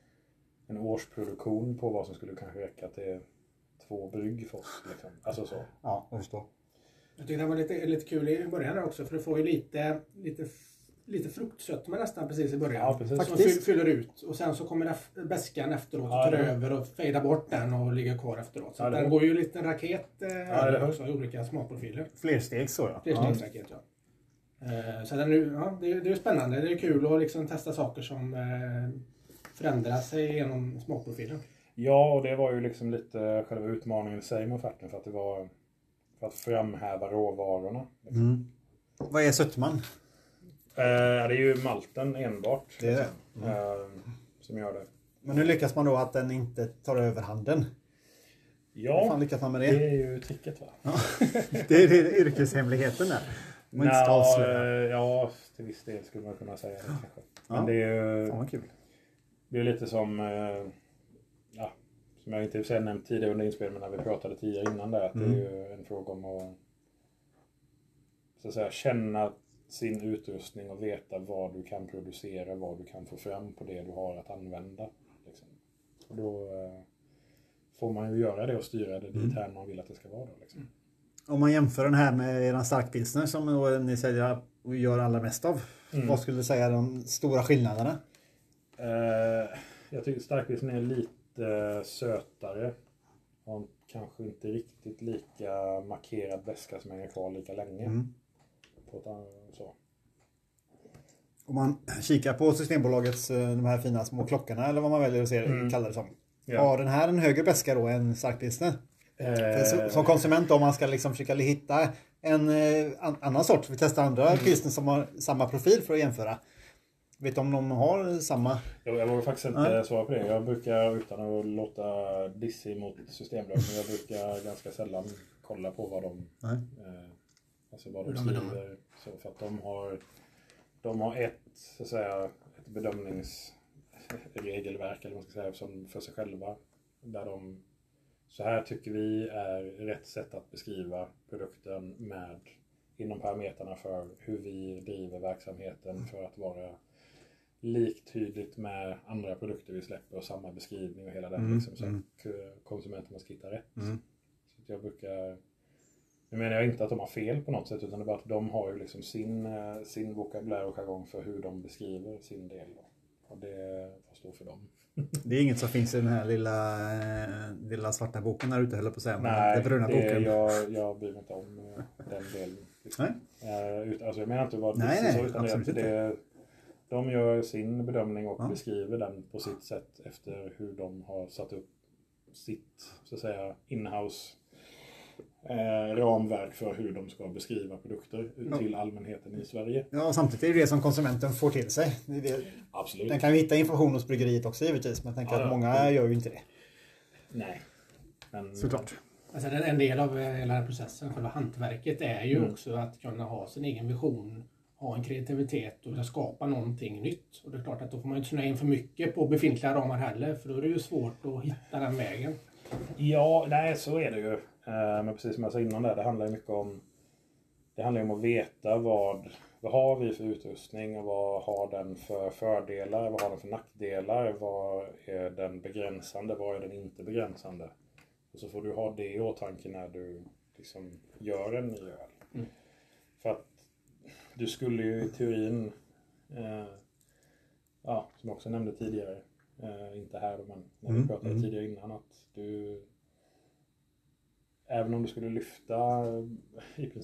en årsproduktion på vad som skulle kanske räcka till två brygg för oss. Liksom. Alltså så. Ja, jag förstår. Jag tycker det var lite, lite kul i början också, för du får ju lite, lite, lite fruktsött nästan precis i början. Ja, precis. Som Faktiskt. fy- fyller ut och sen så kommer det bäskan efteråt och Ja, tar det- över och fejdar bort den och ligger kvar efteråt. Så Ja, att det- den går ju lite en raket eh, Ja, det- också i olika smakprofiler. Flersteg så ja. Det är ja. stegstraket, ja. Eh, Så den, är- ja, det, är- det är spännande. Det är kul att liksom testa saker som eh, förändrar sig genom smakprofilen. Ja, och det var ju liksom lite själva utmaningen i sig med offerten, för att det var för att framhäva råvarorna. Mm. Vad är sötman? Eh, det är ju malten enbart. Det är det. liksom, eh, som gör det. Men hur lyckas man då att den inte tar över handen? Hur fan Ja, lyckas man med det det? är ju tricket, va? Ja. Det är, det är yrkeshemligheten där. Man inte ska Nja, avslöja. eh, ja, till viss del skulle man kunna säga det kanske. Men Ja. det är ju Fan vad kul. det är lite som, eh, ja, som jag inte har nämnt tidigare under inspelningen när vi pratade tidigare innan där, att Mm. det är ju en fråga om att, så att säga, känna sin utrustning och veta vad du kan producera, vad du kan få fram på det du har att använda. Liksom. Och då eh, får man ju göra det och styra det dit här man vill att det ska vara. Då, liksom. Om man jämför den här med er starkpilsner som då ni säljer och gör allra mest av. Mm. Vad skulle du säga är de stora skillnaderna? Eh, jag tycker starkpilsen är lite sötare. Har kanske inte riktigt lika markerad väska som hänger kvar lika länge. Mm. På ett annat, så. Om man kikar på Systembolagets eh, de här fina små klockorna eller vad man väljer att se, Mm. kalla det som. Ja. Har den här en högre beska då än starkpilsner? För Eh, så- Som konsument då, om man ska liksom försöka hitta en eh, an- annan sort. Vi testar andra Mm. pilsner som har samma profil för att jämföra. Vet du om de har samma? jag, jag vågar faktiskt inte Nej. svara på det. Jag brukar, utan att låta dissig mot Systembolaget, men jag brukar ganska sällan kolla på vad de, Nej. eh, alltså vad Hur de de bedömer. skriver. Så för att de har, de har ett, så att säga, ett bedömningsregelverk eller vad man ska säga, som för sig själva. Där de, så här tycker vi är rätt sätt att beskriva produkten med inom parametrarna för hur vi driver verksamheten för att vara liktydigt med andra produkter vi släpper och samma beskrivning och hela den, Mm, liksom, så mm. att konsumenterna ska hitta rätt. Mm. Så att jag brukar, nu menar jag inte att de har fel på något sätt, utan det är bara att de har ju liksom sin, eh, sin vokabulär och jargong för hur de beskriver sin del. Då. Och det får stå för dem. Det är inget som finns i den här lilla, eh, lilla svarta boken där ute, höll jag på att säga. Men Nej, den bruna det, boken. jag, jag bryr mig inte om eh, den delen. Liksom. Nej. Eh, ut, alltså jag menar inte vad Nej, det nej, så, utan det, absolut att det, de gör sin bedömning och Ja. beskriver den på sitt sätt efter hur de har satt upp sitt, så att säga, inhouse eh, ramverk för hur de ska beskriva produkter ut Ja. till allmänheten i Sverige. Ja, och samtidigt är det det som konsumenten får till sig. Det är det. Absolut. Den kan ju hitta information hos bryggeriet också givetvis, men jag tänker Ja, att ja. många gör ju inte det. Nej. Men, Såklart. Alltså en en del av eh, hela den här processen, själva hantverket, är ju Mm. också att kunna ha sin egen vision, ha en kreativitet och vilja skapa någonting nytt. Och det är klart att då får man ju inte snöa in för mycket på befintliga ramar heller, för då är det ju svårt att hitta den vägen. Ja, nej, så är det ju. Eh, Men precis som jag sa innan där, det handlar ju mycket om det handlar ju om att veta vad, vad har vi för utrustning och vad har den för fördelar, vad har den för nackdelar, vad är den begränsande, vad är den inte begränsande. Och så får du ha det i åtanke när du liksom gör en ny öl. Mm. För att du skulle ju i teorin, eh, ja, som jag också nämnde tidigare, eh, inte här men när vi Mm, pratade mm. tidigare innan, att du, även om du skulle lyfta i princip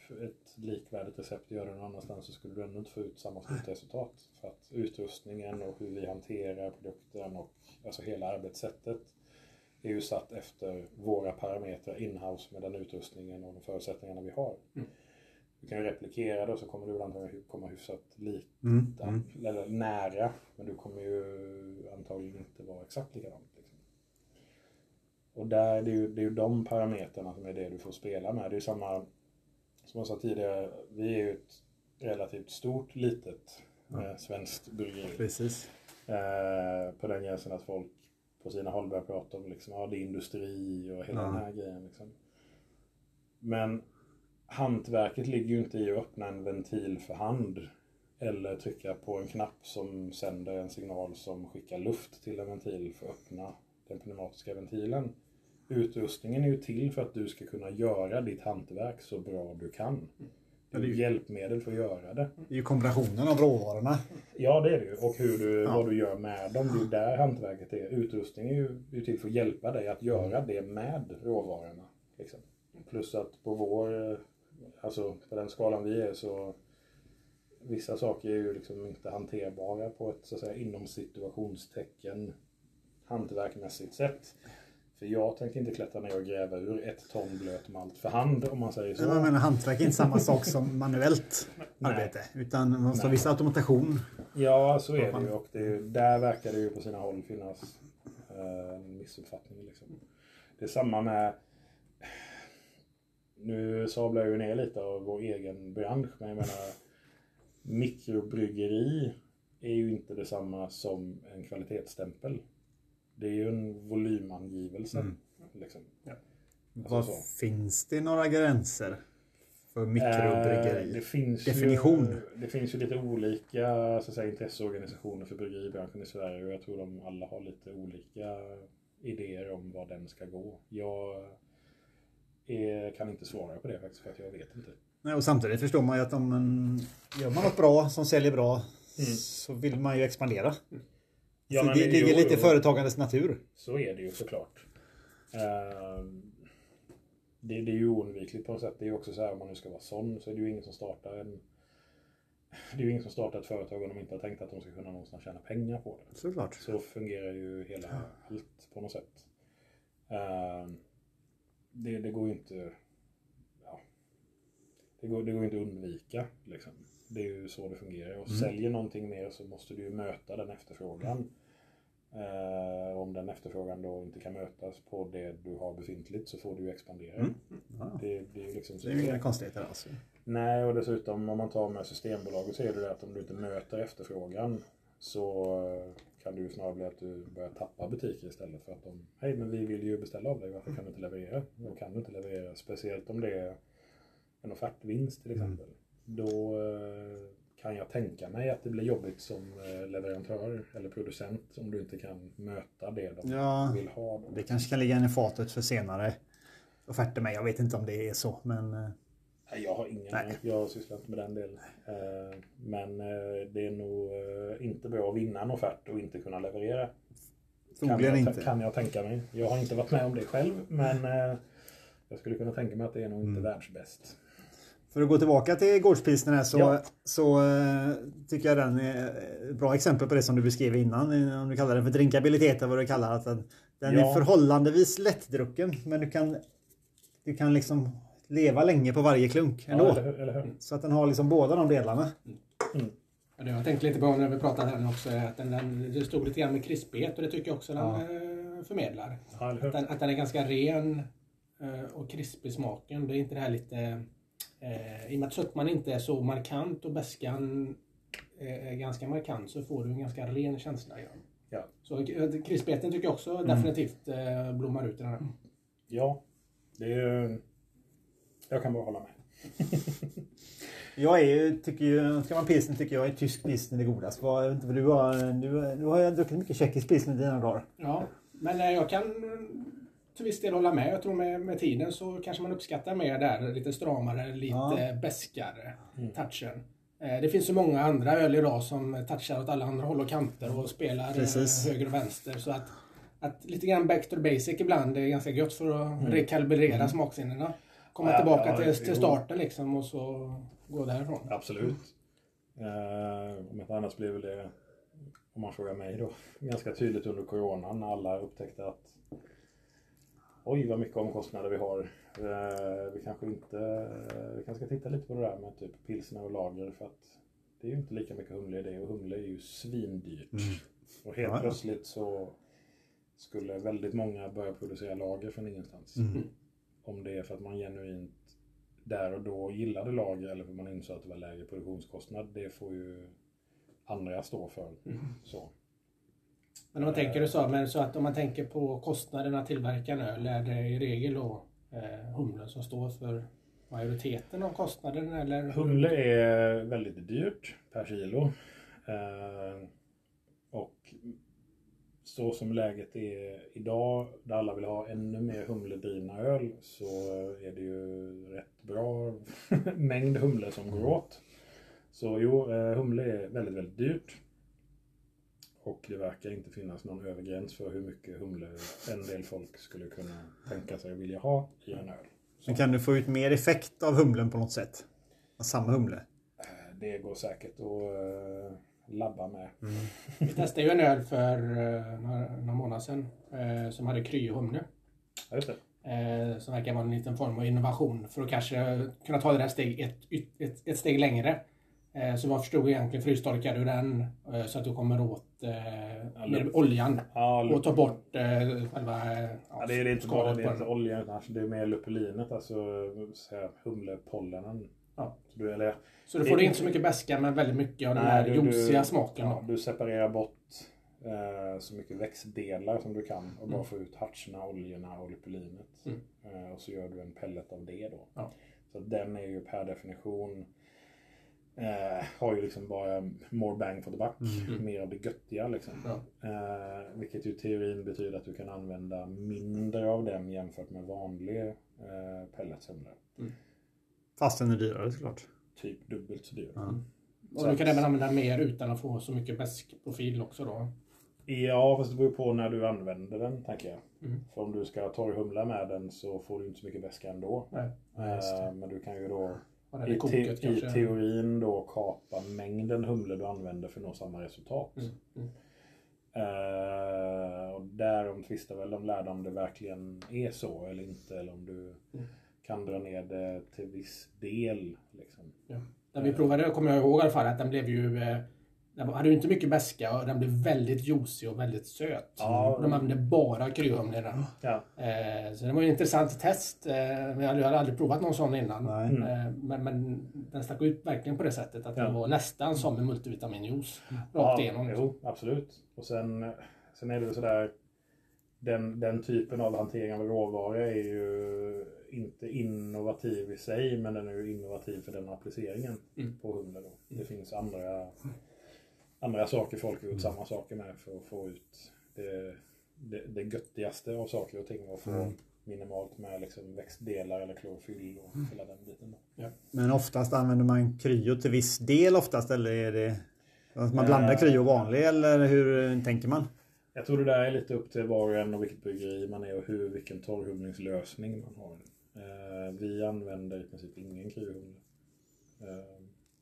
ett likvärdigt recept och göra det någon annanstans så skulle du ändå inte få ut samma slutresultat. För att utrustningen och hur vi hanterar produkten och alltså hela arbetssättet är ju satt efter våra parametrar in-house med den utrustningen och de förutsättningarna vi har. Mm. Du kan ju replikera det och så kommer du antagligen komma hyfsat lite mm. Mm. eller nära, men du kommer ju antagligen inte vara exakt likadant. Liksom. Och där, det är, ju, det är ju de parametrarna som är det du får spela med. Det är samma, som jag sa tidigare, vi är ju ett relativt stort, litet ja. eh, svenskt bryggeri. Precis. Eh, på den gränsen att folk på sina håll börjar prata om liksom, ja, det är industri och hela ja. den här grejen. Liksom. Men hantverket ligger ju inte i att öppna en ventil för hand eller trycka på en knapp som sänder en signal som skickar luft till en ventil för att öppna den pneumatiska ventilen. Utrustningen är ju till för att du ska kunna göra ditt hantverk så bra du kan. Det är ju hjälpmedel för att göra det. Det är ju kombinationen av råvarorna. Ja, det är det ju. Och hur du, ja. vad du gör med dem. Det är ju där hantverket är. Utrustningen är ju, är ju till för att hjälpa dig att göra det med råvarorna. Liksom. Plus att på vår, alltså på den skalan vi är så vissa saker är ju liksom inte hanterbara på ett så att säga inom situationstecken hantverkmässigt sätt. För jag tänkte inte klättra ner och gräva ur ett ton blöt malt för hand om man säger så. Men jag menar, hantverk är inte samma sak som manuellt arbete. Utan man måste ha viss automatation. Ja, så är det ju. Och det är, där verkar det ju på sina håll finnas eh, en missuppfattning. Liksom. Det är samma med... Nu sablar jag ju ner lite av vår egen bransch. Men jag menar, mikrobryggeri är ju inte detsamma som en kvalitetsstämpel. Det är ju en volymangivelse. Mm. Liksom. Ja. Alltså Vad så. Finns det några gränser för mikrobryggeri? Eh, det finns Definition? Ju, det finns ju lite olika så att säga, intresseorganisationer för bryggeribranschen i Sverige. Och jag tror de alla har lite olika idéer om vad den ska gå. Jag är, kan inte svara på det faktiskt för att jag vet inte. Nej, och samtidigt förstår man ju att om man gör man något bra som säljer bra mm. så vill man ju expandera. Mm. Ja, men det, det ligger jo, lite i företagandets natur. Så är det ju såklart. Uh, det, det är ju oundvikligt på något sätt. Det är ju också så här, om man nu ska vara sån så är det ju ingen som startar en det är ju ingen som startar ett företag om de inte har tänkt att de ska kunna någonstans tjäna pengar på det. Såklart. Så fungerar ju hela ja. allt på något sätt. Uh, det, det går ju inte ja, det går, det går inte att undvika liksom. Det är ju så det fungerar. Och mm. säljer någonting mer så måste du ju möta den efterfrågan. Eh, om den efterfrågan då inte kan mötas på det du har befintligt så får du ju expandera. Mm. Ja. Det, det är ju liksom det är ju inga konstigheter alltså. Nej, och dessutom om man tar med Systembolaget så är det det att om du inte möter efterfrågan så kan det ju snarare bli att du börjar tappa butiker istället för att de, hej men vi vill ju beställa av dig, varför kan du inte leverera? Då kan du inte leverera, speciellt om det är en offertvinst till exempel. Mm. Då kan jag tänka mig att det blir jobbigt som leverantör eller producent om du inte kan möta det de ja, vill ha. Då. Det kanske kan ligga i fatet för senare offerter med. Jag vet inte om det är så, men... Nej, jag har ingen, nej. Jag sysslar inte med den delen. Men det är nog inte bra att vinna en offert och inte kunna leverera. Troligen inte. inte. Kan jag tänka mig. Jag har inte varit med om det själv, men jag skulle kunna tänka mig att det är nog inte mm. världsbäst. För att gå tillbaka till gårdspilsnern här så, ja. så uh, tycker jag den är ett bra exempel på det som du beskrev innan. Om du kallar den för drinkabilitet eller vad du kallar det. Den, den ja. är förhållandevis lättdrucken men du kan, du kan liksom leva länge på varje klunk ändå. Ja, eller hur, eller hur. Så att den har liksom båda de delarna. Mm. Ja, det jag tänkte lite på när vi pratade här också att den, den, det stod lite grann med krispighet och det tycker jag också ja. den förmedlar. Ja, att, den, att den är ganska ren och krispig i smaken. Det är inte det här lite... Eh, I och med att sötman inte är så markant och bäskan eh, är ganska markant så får du en ganska ren känsla. Ja. Ja. Så krispigheten tycker jag också mm. definitivt eh, blommar ut i den här. Ja, det är, jag kan bara hålla med. Jag är ju, tycker ju, ska man pilsner tycker jag är tysk pilsner det godast. Vad, jag vet inte vad du har, du, du har jag druckit mycket tjeckisk pilsner dina dagar. Ja, men eh, jag kan... till viss del hålla med. Jag tror med, med tiden så kanske man uppskattar mer där. Lite stramare, lite ja. bäskare mm. touchen. Eh, det finns så många andra öl idag som touchar åt alla andra håll och kanter och spelar eh, höger och vänster. Så att, att lite grann back to basic ibland är ganska gött för att mm. rekalibrera mm. smaksinnena. komma ja, tillbaka ja, till, till jo. starten liksom och så gå därifrån. Absolut. Eh, om inte annars blev det, om man frågar mig då, ganska tydligt under coronan när alla upptäckte att oj vad mycket omkostnader vi har. Eh, vi kanske inte, vi kanske ska titta lite på det där med typ pilsner och lager för att det är ju inte lika mycket humle i det och humle är ju svindyrt. Mm. Och helt ja, plötsligt så skulle väldigt många börja producera lager från ingenstans. Mm. Om det är för att man genuint där och då gillade lager eller för man insåg att det var lägre produktionskostnad, det får ju andra stå för. Mm. Så. Men om man tänker så, men så att om man tänker på kostnaderna att tillverka en öl, är det i regel då eh, humlen som står för majoriteten av kostnaden? Eller? Humle är väldigt dyrt per kilo. Eh, och så som läget är idag, där alla vill ha ännu mer humledrivna öl, så är det ju rätt bra mängd humle som går åt. Så jo, humle är väldigt, väldigt dyrt. Och det verkar inte finnas någon övergräns för hur mycket humle en del folk skulle kunna tänka sig att vilja ha i en öl. Så. Men kan du få ut mer effekt av humlen på något sätt? Av samma humle? Det går säkert att labba med. Mm. Vi testade ju en öl för uh, några, några månader sedan uh, som hade kryohumle. Ja, just det. Uh, som verkar vara en liten form av innovation för att kanske kunna ta det där steg ett, ett, ett steg längre. Uh, så vad förstod egentligen frystorkar du den uh, så att du kommer åt uh, ja, med oljan ja, och ta bort uh, själva uh, ja, det är inte bara det är inte oljan, det är mer lupulinet, alltså humlepollenen. Ja. Så du, eller, så du får det inte så mycket bäska men väldigt mycket av den här juiciga smaken. Ja, du separerar bort eh, så mycket växtdelar som du kan och mm. bara få ut hartserna, oljorna och lupulinet. Mm. Eh, och så gör du en pellet av det då. Ja. Så den är ju per definition eh, har ju liksom bara more bang for the buck. Mm. Mer av det göttiga liksom. Ja. Eh, vilket ju i teorin betyder att du kan använda mindre av dem jämfört med vanlig eh, pelletshumle. Mm. Fast den är dyrare såklart. Typ dubbelt så dyr. Mm. Och du kan även använda mer utan att få så mycket bäskprofil också då? Ja, fast det beror på när du använder den, tänker jag. Mm. För om du ska torrhumla med den så får du inte så mycket bäska ändå. Nej. Äh, men du kan ju då i, koket, te- i teorin då kapa mängden humle du använder för att nå samma resultat. Mm. Mm. Uh, och därom tvistar väl de lärda om det verkligen är så eller inte. Eller om du mm. kan dra ner det till viss del. Liksom. Ja. När vi provade, kommer jag ihåg i alla fall, att den blev ju... Den hade ju inte mycket bäska och den blev väldigt juicy och väldigt söt. Ja, de använde bara kryhumle. Ja. Eh, så det var ju ett intressant test. Eh, jag hade aldrig provat någon sån innan. Mm. Eh, men, men den stack ut verkligen på det sättet att ja. Den var nästan som en multivitaminjuice. Rakt ja, igenom. Jo, absolut. Och sen, sen är det ju sådär, den, den typen av hantering av råvaror är ju inte innovativ i sig, men den är ju innovativ för den appliceringen mm. på humle då. Det mm. finns andra... Andra saker folk har gjort samma saker med för att få ut det, det, det göttigaste av saker och ting och få mm. minimalt med liksom växtdelar eller klorofyll och mm. hela den biten. Då. Ja. Men oftast använder man kryo till viss del oftast, eller är det att man blandar kryo och vanlig, eller hur tänker man? Jag tror det där är lite upp till var och en och vilket bryggeri man är och hur, vilken torrhumlingslösning man har. Eh, vi använder i princip ingen kryohumle. Eh,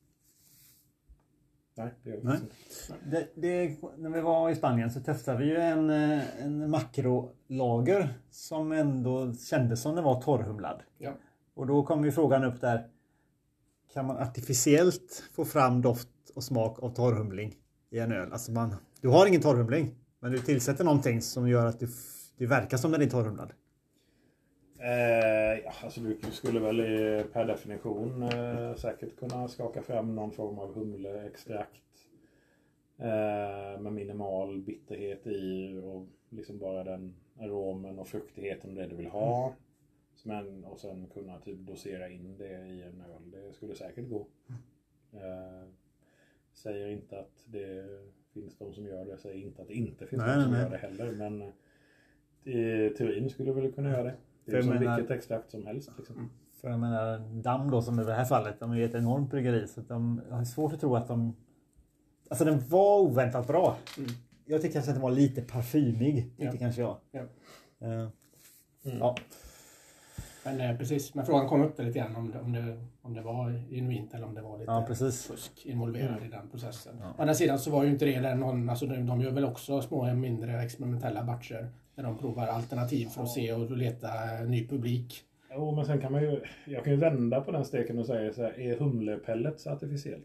Nej, det gör vi Nej. Det, det, när vi var i Spanien så testade vi ju en, en makrolager som ändå kändes som det var torrhumlad. Ja. Och då kom ju frågan upp där, kan man artificiellt få fram doft och smak av torrhumling i en öl? Alltså man, du har ingen torrhumling, men du tillsätter någonting som gör att det, det verkar som den är torrhumlad. Eh, ja, alltså du skulle väl per definition eh, säkert kunna skaka fram någon form av humleextrakt eh, med minimal bitterhet i och liksom bara den aromen och fruktigheten det du vill ha. Men, och sen kunna typ dosera in det i en öl. Det skulle säkert gå. Eh, säger inte att det finns de som gör det. Säger inte att det inte finns nej, de som nej. Gör det heller. Men i teorin skulle väl kunna göra det. Det är som menar, vilket extrakt som helst. Liksom. För jag menar, Damm då som i det här fallet, de är ett enormt bryggeri så att de har svårt att tro att de... Alltså den var oväntat bra. Mm. Jag tycker kanske att den var lite parfymig. Ja. Inte kanske jag. Ja. Uh, mm. ja. Men eh, precis, men frågan kom upp lite grann om det, om det, om det var genuint eller om det var lite Ja, precis. fusk involverad Mm. i den processen. Ja. Å andra sidan så var ju inte det där någon, alltså de, de gör väl också små mindre experimentella batcher där de provar alternativ för att se och leta ny publik. Jo, men sen kan man ju, jag kan ju vända på den steken och säga så här, är humlepellets artificiellt?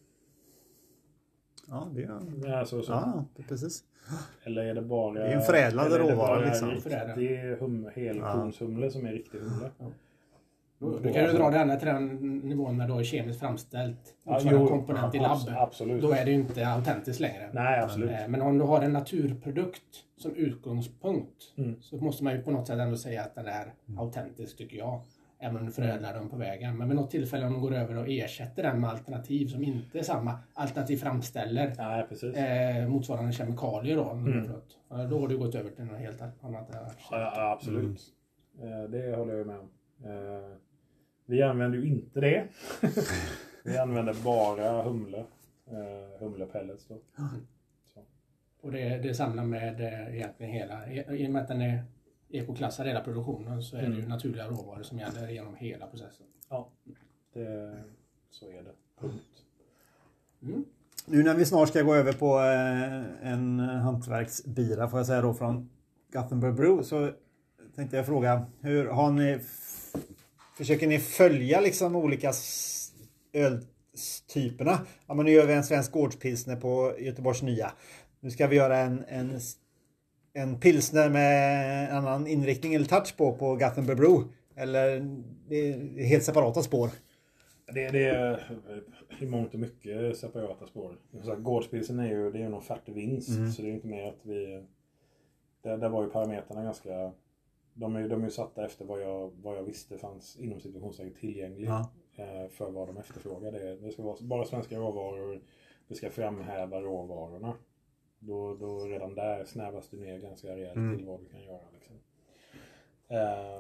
Ja, det är... Alltså, så, Ja, precis. eller är det bara... Det är en förädlad eller är det råvara, bara liksom. riktig hum, helkornshumle som är riktig humle? Ja. Du kan ju dra det ända till den nivån när det är kemiskt framställt. Ja, Ja, jo, komponent i abs- labb. absolut. Då är det ju inte autentiskt längre. Nej, absolut. Eh, Men om du har en naturprodukt som utgångspunkt Mm. så måste man ju på något sätt ändå säga att den är autentisk, tycker jag. Även om du förädlar den på vägen. Men vid något tillfälle om de går över och ersätter den med alternativ som inte är samma alternativ framställer Nej, precis. eh, motsvarande kemikalier då. Mm. Ja, då har du gått över till något helt annat. Ja, ja, absolut. Eh, Det håller jag med om. Eh, Vi använder ju inte det. Vi använder bara humle. Eh, Humlepellets då. Så. Och det, det samlar med eh, egentligen hela, i i och med att den är ekoklassad hela produktionen så är det ju Mm. naturliga råvaror som gäller genom hela processen. Ja, det, så är det. Punkt. Mm. Nu när vi snart ska gå över på eh, en hantverksbira får jag säga då från Gothenburg Brew så tänkte jag fråga hur har ni f- försöker ni följa liksom olika s- öltyperna? Ja, men nu gör vi en svensk gårdspilsner på Göteborgs Nya. Nu ska vi göra en, en, en pilsner med en annan inriktning eller touch på på Gothenburg Brew. Eller det är helt separata spår. Det, det är i mångt och mycket separata spår. Gårdspilsen är ju, det är ju någon färdig vinst. Mm. Så det är inte mer att vi... Där, där var ju parametrarna ganska... De är, de är ju satta efter vad jag, vad jag visste fanns inom situationsläget tillgängligt. Ja. Eh, för vad de efterfrågar. Det, det ska vara bara svenska råvaror. Vi ska framhäva råvarorna. Då, då redan där snävas du ner ganska rejält Mm. till vad du kan göra. Liksom. Eh,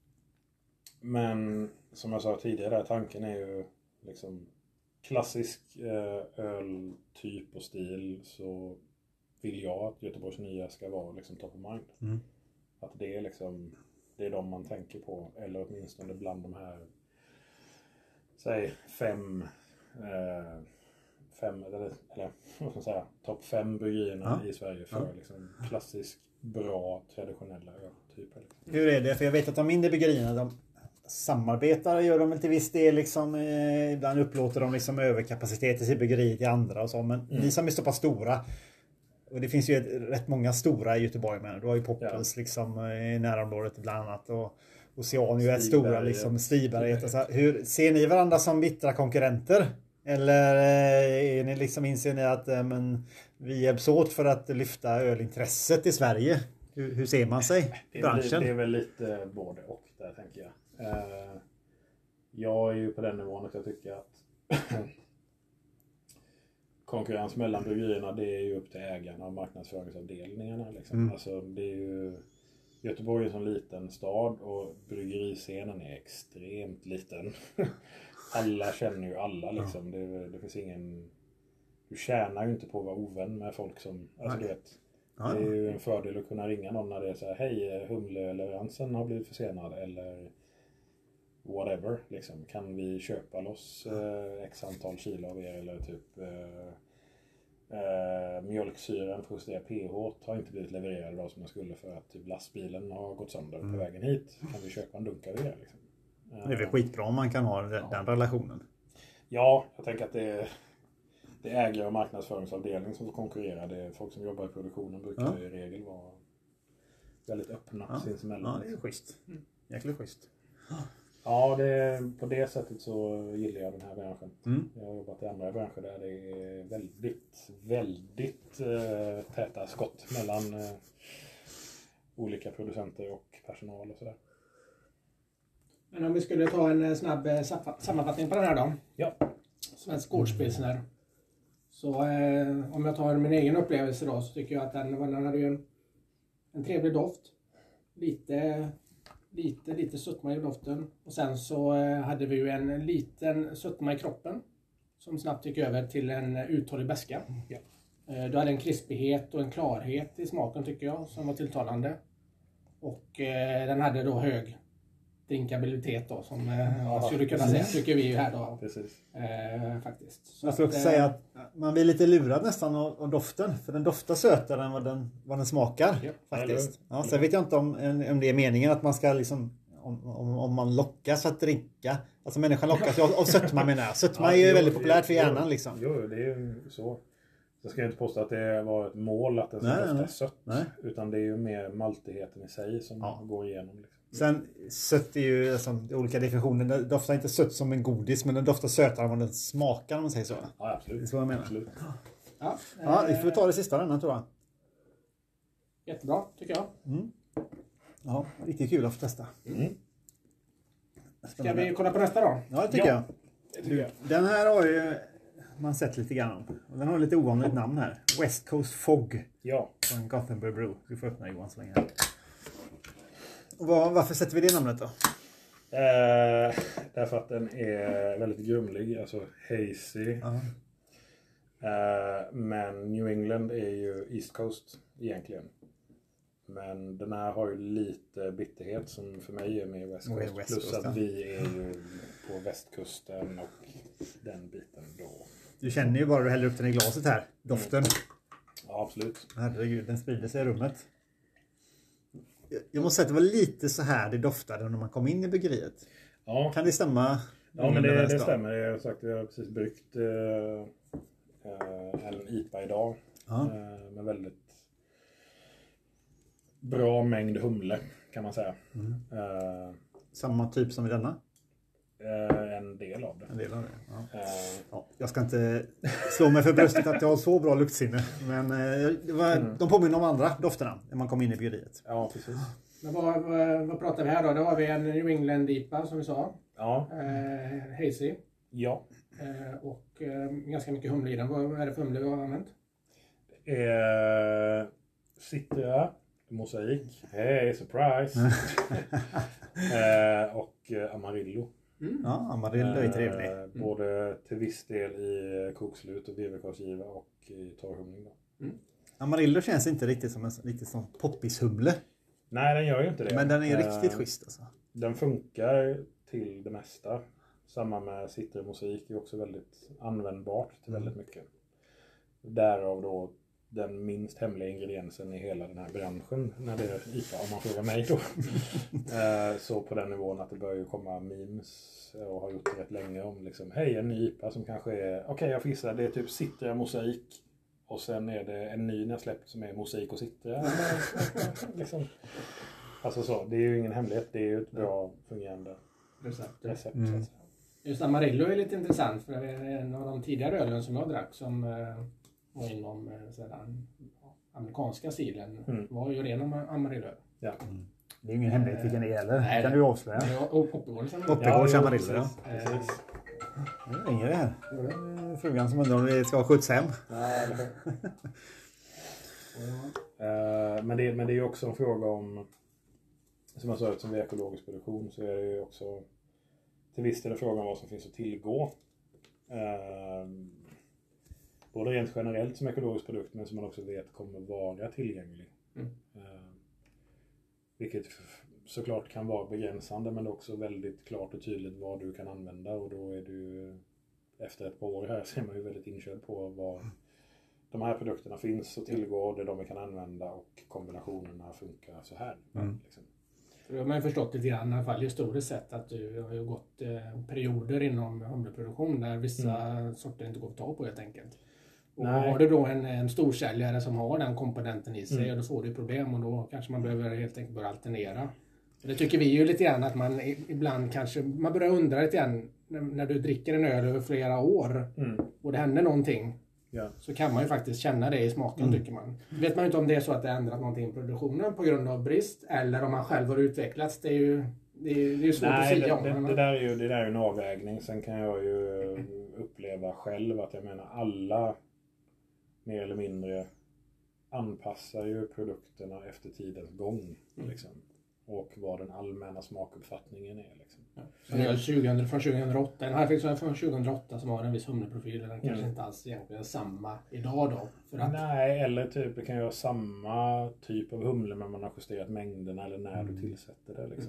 men som jag sa tidigare, tanken är ju liksom klassisk eh, öltyp och stil, så vill jag att Göteborgs Nya ska vara liksom top of mind. Mm. Att det är liksom, det är de man tänker på, eller åtminstone bland de här, säg fem, eh, fem eller, eller vad ska man säga, topp fem bryggerierna Ja. i Sverige för Ja. liksom klassisk, bra, traditionella öltyper. Liksom. Hur är det? För jag vet att de mindre bryggerierna de samarbetar gör de till viss del liksom, eh, ibland upplåter de liksom överkapacitet i sitt bryggeri till andra och så, men Mm. ni som är så pass stora och det finns ju ett, rätt många stora i Göteborg, men du har ju Poppels Ja. liksom i närområdet bland annat och Ocean är ju ett Stigberget. stora liksom Stigberget. Alltså, hur ser ni varandra som bittra konkurrenter? Eller eh, är ni liksom, inser ni att eh, men, vi hjälps åt för att lyfta ölintresset i Sverige? Hur, hur ser man sig i Det är, väl, branschen? det är väl lite både och där, tänker jag. Eh, jag är ju på den nivån att jag tycker att konkurrens mellan bryggerierna, det är ju upp till ägarna och marknadsföringsavdelningarna. Liksom. Mm. Alltså, det är ju, Göteborg är en sån liten stad och bryggeriscenen är extremt liten. Alla känner ju alla liksom. Det, det finns ingen... Du tjänar ju inte på att vara ovän med folk som... Alltså, du vet, Ja, det är ju en fördel att kunna ringa någon när det är så här: hej, humleleveransen har blivit försenad, eller whatever, liksom. Kan vi köpa loss eh, x antal kilo av er, eller typ eh, eh, mjölksyran för att justera pH har inte blivit levererad då som den skulle för att typ lastbilen har gått sönder Mm. på vägen hit. Kan vi köpa en dunk av er, liksom. det är väl skitbra om man kan ha den, den relationen. Ja, jag tänker att det är, det är ägare och marknadsföringsavdelning som får konkurrera. Det är folk som jobbar i produktionen brukar Ja. i regel vara väldigt öppna Ja, sinsemellan. ja det är schysst. Jäkligt schysst. Ja, det, på det sättet så gillar jag den här branschen. Mm. Jag har jobbat i andra branscher där det är väldigt, väldigt eh, täta skott mellan eh, olika producenter och personal och sådär. Men om vi skulle ta en eh, snabb eh, sa- sammanfattning på den här då. Ja. Svensk gårdspilsner. Så eh, om jag tar min egen upplevelse då, så tycker jag att den, den hade ju en, en trevlig doft. Lite, lite, lite sötma i doften. Och sen så eh, hade vi ju en liten sötma i kroppen. Som snabbt gick över till en uthållig beska. Ja. Eh, du hade en krispighet och en klarhet i smaken tycker jag, som var tilltalande. Och eh, den hade då hög drinkabilitet då, som eh, ja, skulle kunna säga, tycker vi ju här då. Precis. Eh, faktiskt. Så jag skulle också att, säga att man blir lite lurad nästan av, av doften, för den doftar sötare än vad den, vad den smakar. Ja, faktiskt. Ja, så jag vet jag inte om, om det är meningen att man ska liksom, om, om, om man lockas att dricka. Alltså människan lockas av, av sötma menar jag. Sötma ja, är ju jo, väldigt populärt för hjärnan liksom. Jo, det är ju så. Jag ska inte påstå att det var ett mål att den ska nej, dofta nej. sött. Nej. Utan det är ju mer maltigheten i sig som ja. går igenom. Liksom. Sen sött är ju alltså, olika definitioner. Den doftar inte sött som en godis, men den doftar sötare än vad den smakar om man säger så. Ja, absolut. Det är så jag menar. Absolut. Ja, ja, vi får ta det sista denna tror jag. Jättebra, tycker jag. Mm. Ja, riktigt kul att få testa. Mm. Ska vi kolla på nästa då? Ja, det tycker, ja, jag. det tycker jag. Den här har ju man sett lite grann om. Och den har lite ovanligt namn här. West Coast Fog. Ja. Från Gothenburg Brew. Vi får öppna Johan så länge här. Och var, varför sätter vi det namnet då? Eh, därför att den är väldigt grumlig. Alltså hazy. Uh-huh. Eh, men New England är ju East Coast egentligen. Men den här har ju lite bitterhet som för mig är med West Coast. West Plus Coast, att ja. vi är ju på västkusten och den biten då. Du känner ju bara du häller upp den i glaset här. Doften. Mm. Ja, absolut. Herregud, den sprider sig i rummet. Jag måste säga att det var lite så här det doftade när man kom in i bryggeriet. Ja. Kan det stämma? Ja, men det, det stämmer. Jag har sagt jag har precis bryggt eh, en I P A idag. Ja. Eh, med väldigt bra mängd humle kan man säga. Mm. Uh, Samma typ som i denna? Uh, en del av det. En del av det, ja. Uh, ja. Jag ska inte slå mig för bröstet att jag har så bra luktsinne. Men uh, det var, mm. de påminner om andra dofterna när man kom in i bryggeriet. Ja, precis. Men vad, vad, vad pratar vi här då? Då har vi en New England I P A som vi sa. Ja. Uh, hazy. Ja. Uh, och uh, ganska mycket humle i den. Vad är det för humle vi har använt? Uh, Citra. Mosaik. Hey, surprise! eh, och eh, Amarillo. Mm. Ja, Amarillo är trevlig. Eh, både till viss del i kokslut och V V K-skiva och i torrhumling. Mm. Amarillo känns inte riktigt som en riktigt som poppishumle. Nej, den gör ju inte det. Men den är eh, riktigt schysst alltså. Den funkar till det mesta. Samma med Citra Mosaik är också väldigt användbart till väldigt mycket. Därav då den minst hemliga ingrediensen i hela den här branschen när det är I P A, om man frågar mig då. eh, så på den nivån att det börjar ju komma memes och har gjort det rätt länge om liksom, hej en ny I P A som kanske är, okej okay, jag fissar, det är typ Citra Mosaik och sen är det en ny när släppt som är Mosaik och Citra. liksom. Alltså så, det är ju ingen hemlighet, det är ju ett bra fungerande recept. recept mm. så Just Amarillo är lite intressant för det är en av de tidigare ölen som jag drack som eh... och inom sedan amerikanska stilen mm. var ju ren Amarillo. Ja. Mm. Det är ingen hemlighet vilken det är heller. Nej, kan du avslöja? Och Poppegårds Poppegårds Amarillo. Ja, precis. Nu ringer det här. Det är frugan som undrar om vi ska ha skjuts hem. Nej, uh, men, det, men det är ju också en fråga om, som jag sa ut som vid ekologisk produktion, så är det ju också till viss del frågan om vad som finns att tillgå. Uh, Både rent generellt som ekologisk produkt, men som man också vet kommer vara tillgänglig. Mm. Uh, vilket såklart kan vara begränsande, men också väldigt klart och tydligt vad du kan använda. Och då är du, efter ett par år här, så är man ju väldigt inkörd på vad de här produkterna finns och tillgår, det de vi kan använda och kombinationerna funkar så här. Mm. Liksom. För har man ju förstått lite grann, i alla fall historiskt sett, att du har ju gått eh, perioder inom humleproduktion där vissa mm. sorter inte går att ta på helt enkelt. Och Nej. har du då en, en storsäljare som har den komponenten i sig, Mm. och då får du problem och då kanske man behöver helt enkelt börja alternera. Det tycker vi ju lite grann att man ibland kanske, man börjar undra lite grann när, när du dricker en öl över flera år Mm. och det händer någonting. Ja. Så kan man ju faktiskt känna det i smaken, Mm. tycker man. Vet man ju inte om det är så att det ändrat någonting i produktionen på grund av brist, eller om man själv har utvecklats. Det är ju, det är, det är ju svårt Nej, att säga det, om. det, det, där är ju, det där är ju en avvägning. Sen kan jag ju uppleva själv att jag menar alla mer eller mindre anpassar ju produkterna efter tidens gång. Mm. Liksom. Och vad den allmänna smakuppfattningen är. Liksom. Ja. Så det är tjugo, från tjugohundraåtta, den här fick så från tjugohundraåtta som har en viss humleprofil, den kanske Mm. inte alls egentligen samma idag då. För att, Nej, eller typ det kan ju vara samma typ av humle men man har justerat mängderna eller när Mm. du tillsätter det. Liksom.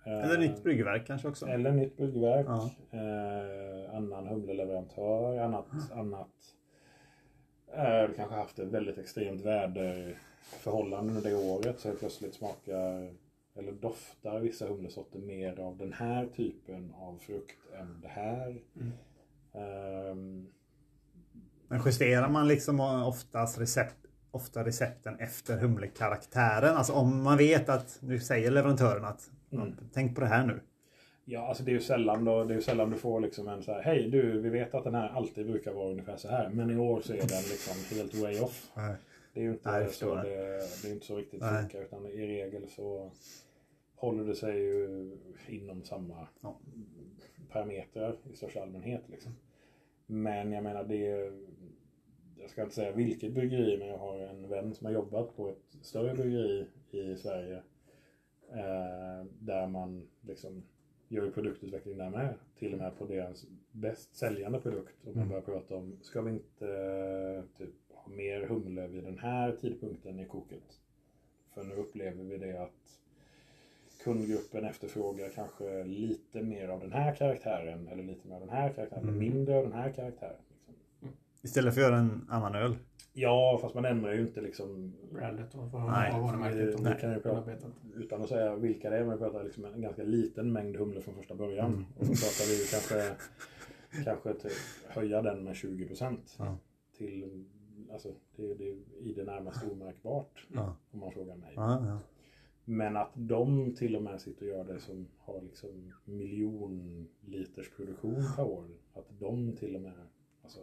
Eller nytt bryggverk kanske också. Eller nytt bryggverk. Ja. Eh, annan humleleverantör. Annat... annat eh, du kanske haft ett väldigt extremt väderförhållande under det året. Så plötsligt smakar eller doftar vissa humlesorter mer av den här typen av frukt än det här. Mm. Um, Men justerar man liksom oftast recept, ofta recepten efter humlekaraktären? Alltså om man vet att, nu säger leverantören att mm. tänk på det här nu. Ja, alltså det är ju sällan då, det är ju sällan du får liksom en så här, hej du, vi vet att den här alltid brukar vara ungefär så här, men i år så är den liksom helt way off. Nej. Det är ju inte, Nej, så, det, det är inte så riktigt Nej. funkar, utan i regel så håller det sig ju inom samma ja. parametrar i största allmänhet liksom. Men jag menar det är, jag ska inte säga vilket bryggeri, men jag har en vän som har jobbat på ett större bryggeri i Sverige eh, där man liksom gör produktutveckling där med, till och med på deras bäst säljande produkt. Och man börjar prata om, ska vi inte eh, typ ha mer humle vid den här tidpunkten i koket? För nu upplever vi det att kundgruppen efterfrågar kanske lite mer av den här karaktären, eller lite mer av den här karaktären, mm. mindre av den här karaktären. Liksom. Mm. Istället för att göra en annan öl. Ja, fast man ändrar ju inte liksom brandet och Nej. varumärket. Det kan ju prata, utan att säga vilka det är, men vi pratar liksom en ganska liten mängd humle från första början. Mm. Och så pratar vi ju kanske, kanske till, höja den med tjugo procent ja. till, alltså det, det är i det närmaste omärkbart ja. om man frågar mig. Ja, ja. Men att de till och med sitter och gör det som har liksom miljon liters produktion per år. Att de till och med alltså,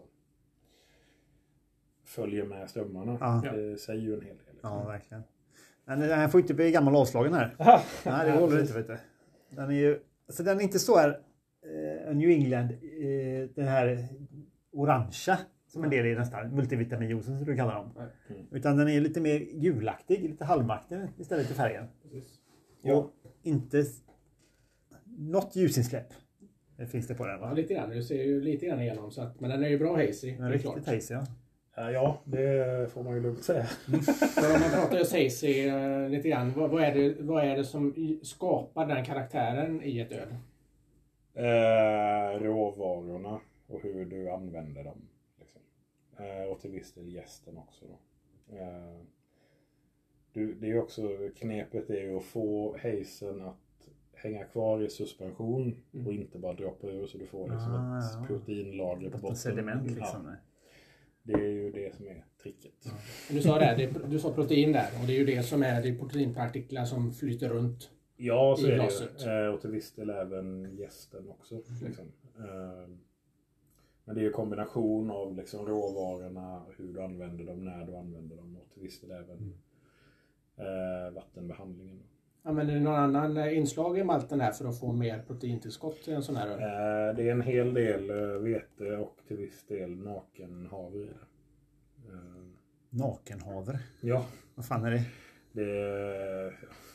följer med strömmarna. Ja. Det säger ju en hel del. Liksom. Ja, verkligen. Men den här får inte bli gammal avslagen här. Nej, det håller inte, vet du. Den är ju, alltså den är inte så här eh, New England, eh, den här orangea som en del i nästan multivitaminjuicen som du kallar dem. Mm. Utan den är lite mer gulaktig, lite halvmaktig istället i färgen. Precis. Och ja. inte något ljusinsläpp finns det på den, va? Ja, lite grann. Du ser ju lite grann igenom, så att, men den är ju bra hazy. Den är riktigt hazy, ja. Ja, det får man ju lugnt säga. För om man pratar just hazy uh, lite grann, vad, vad, är det, vad är det som skapar den karaktären i ett öl? Eh, råvarorna och hur du använder dem. Liksom. Eh, och till viss del gästen också. Då. Eh, du, det är ju också, knepet är ju att få hazen att hänga kvar i suspension mm. och inte bara droppa ur, så du får liksom ah, ett ja. proteinlager på botten. Sediment liksom. Ja. Det är ju det som är tricket. Ja. Du sa det, det, du sa protein där, och det är ju det som är de proteinpartiklar som flyter runt. Ja, så är det ju. Och till viss del även gästen också. Mm. Liksom. Men det är ju kombination av liksom råvarorna, hur du använder dem, när du använder dem, och till viss del även mm. vattenbehandlingen. Ja, men är det någon annan inslag i malten här för att få mer proteintillskott i en sån här öl? Eh, det är en hel del eh, vete och till viss del nakenhavre i det. Eh, nakenhavre? Ja. Vad fan är det? Det är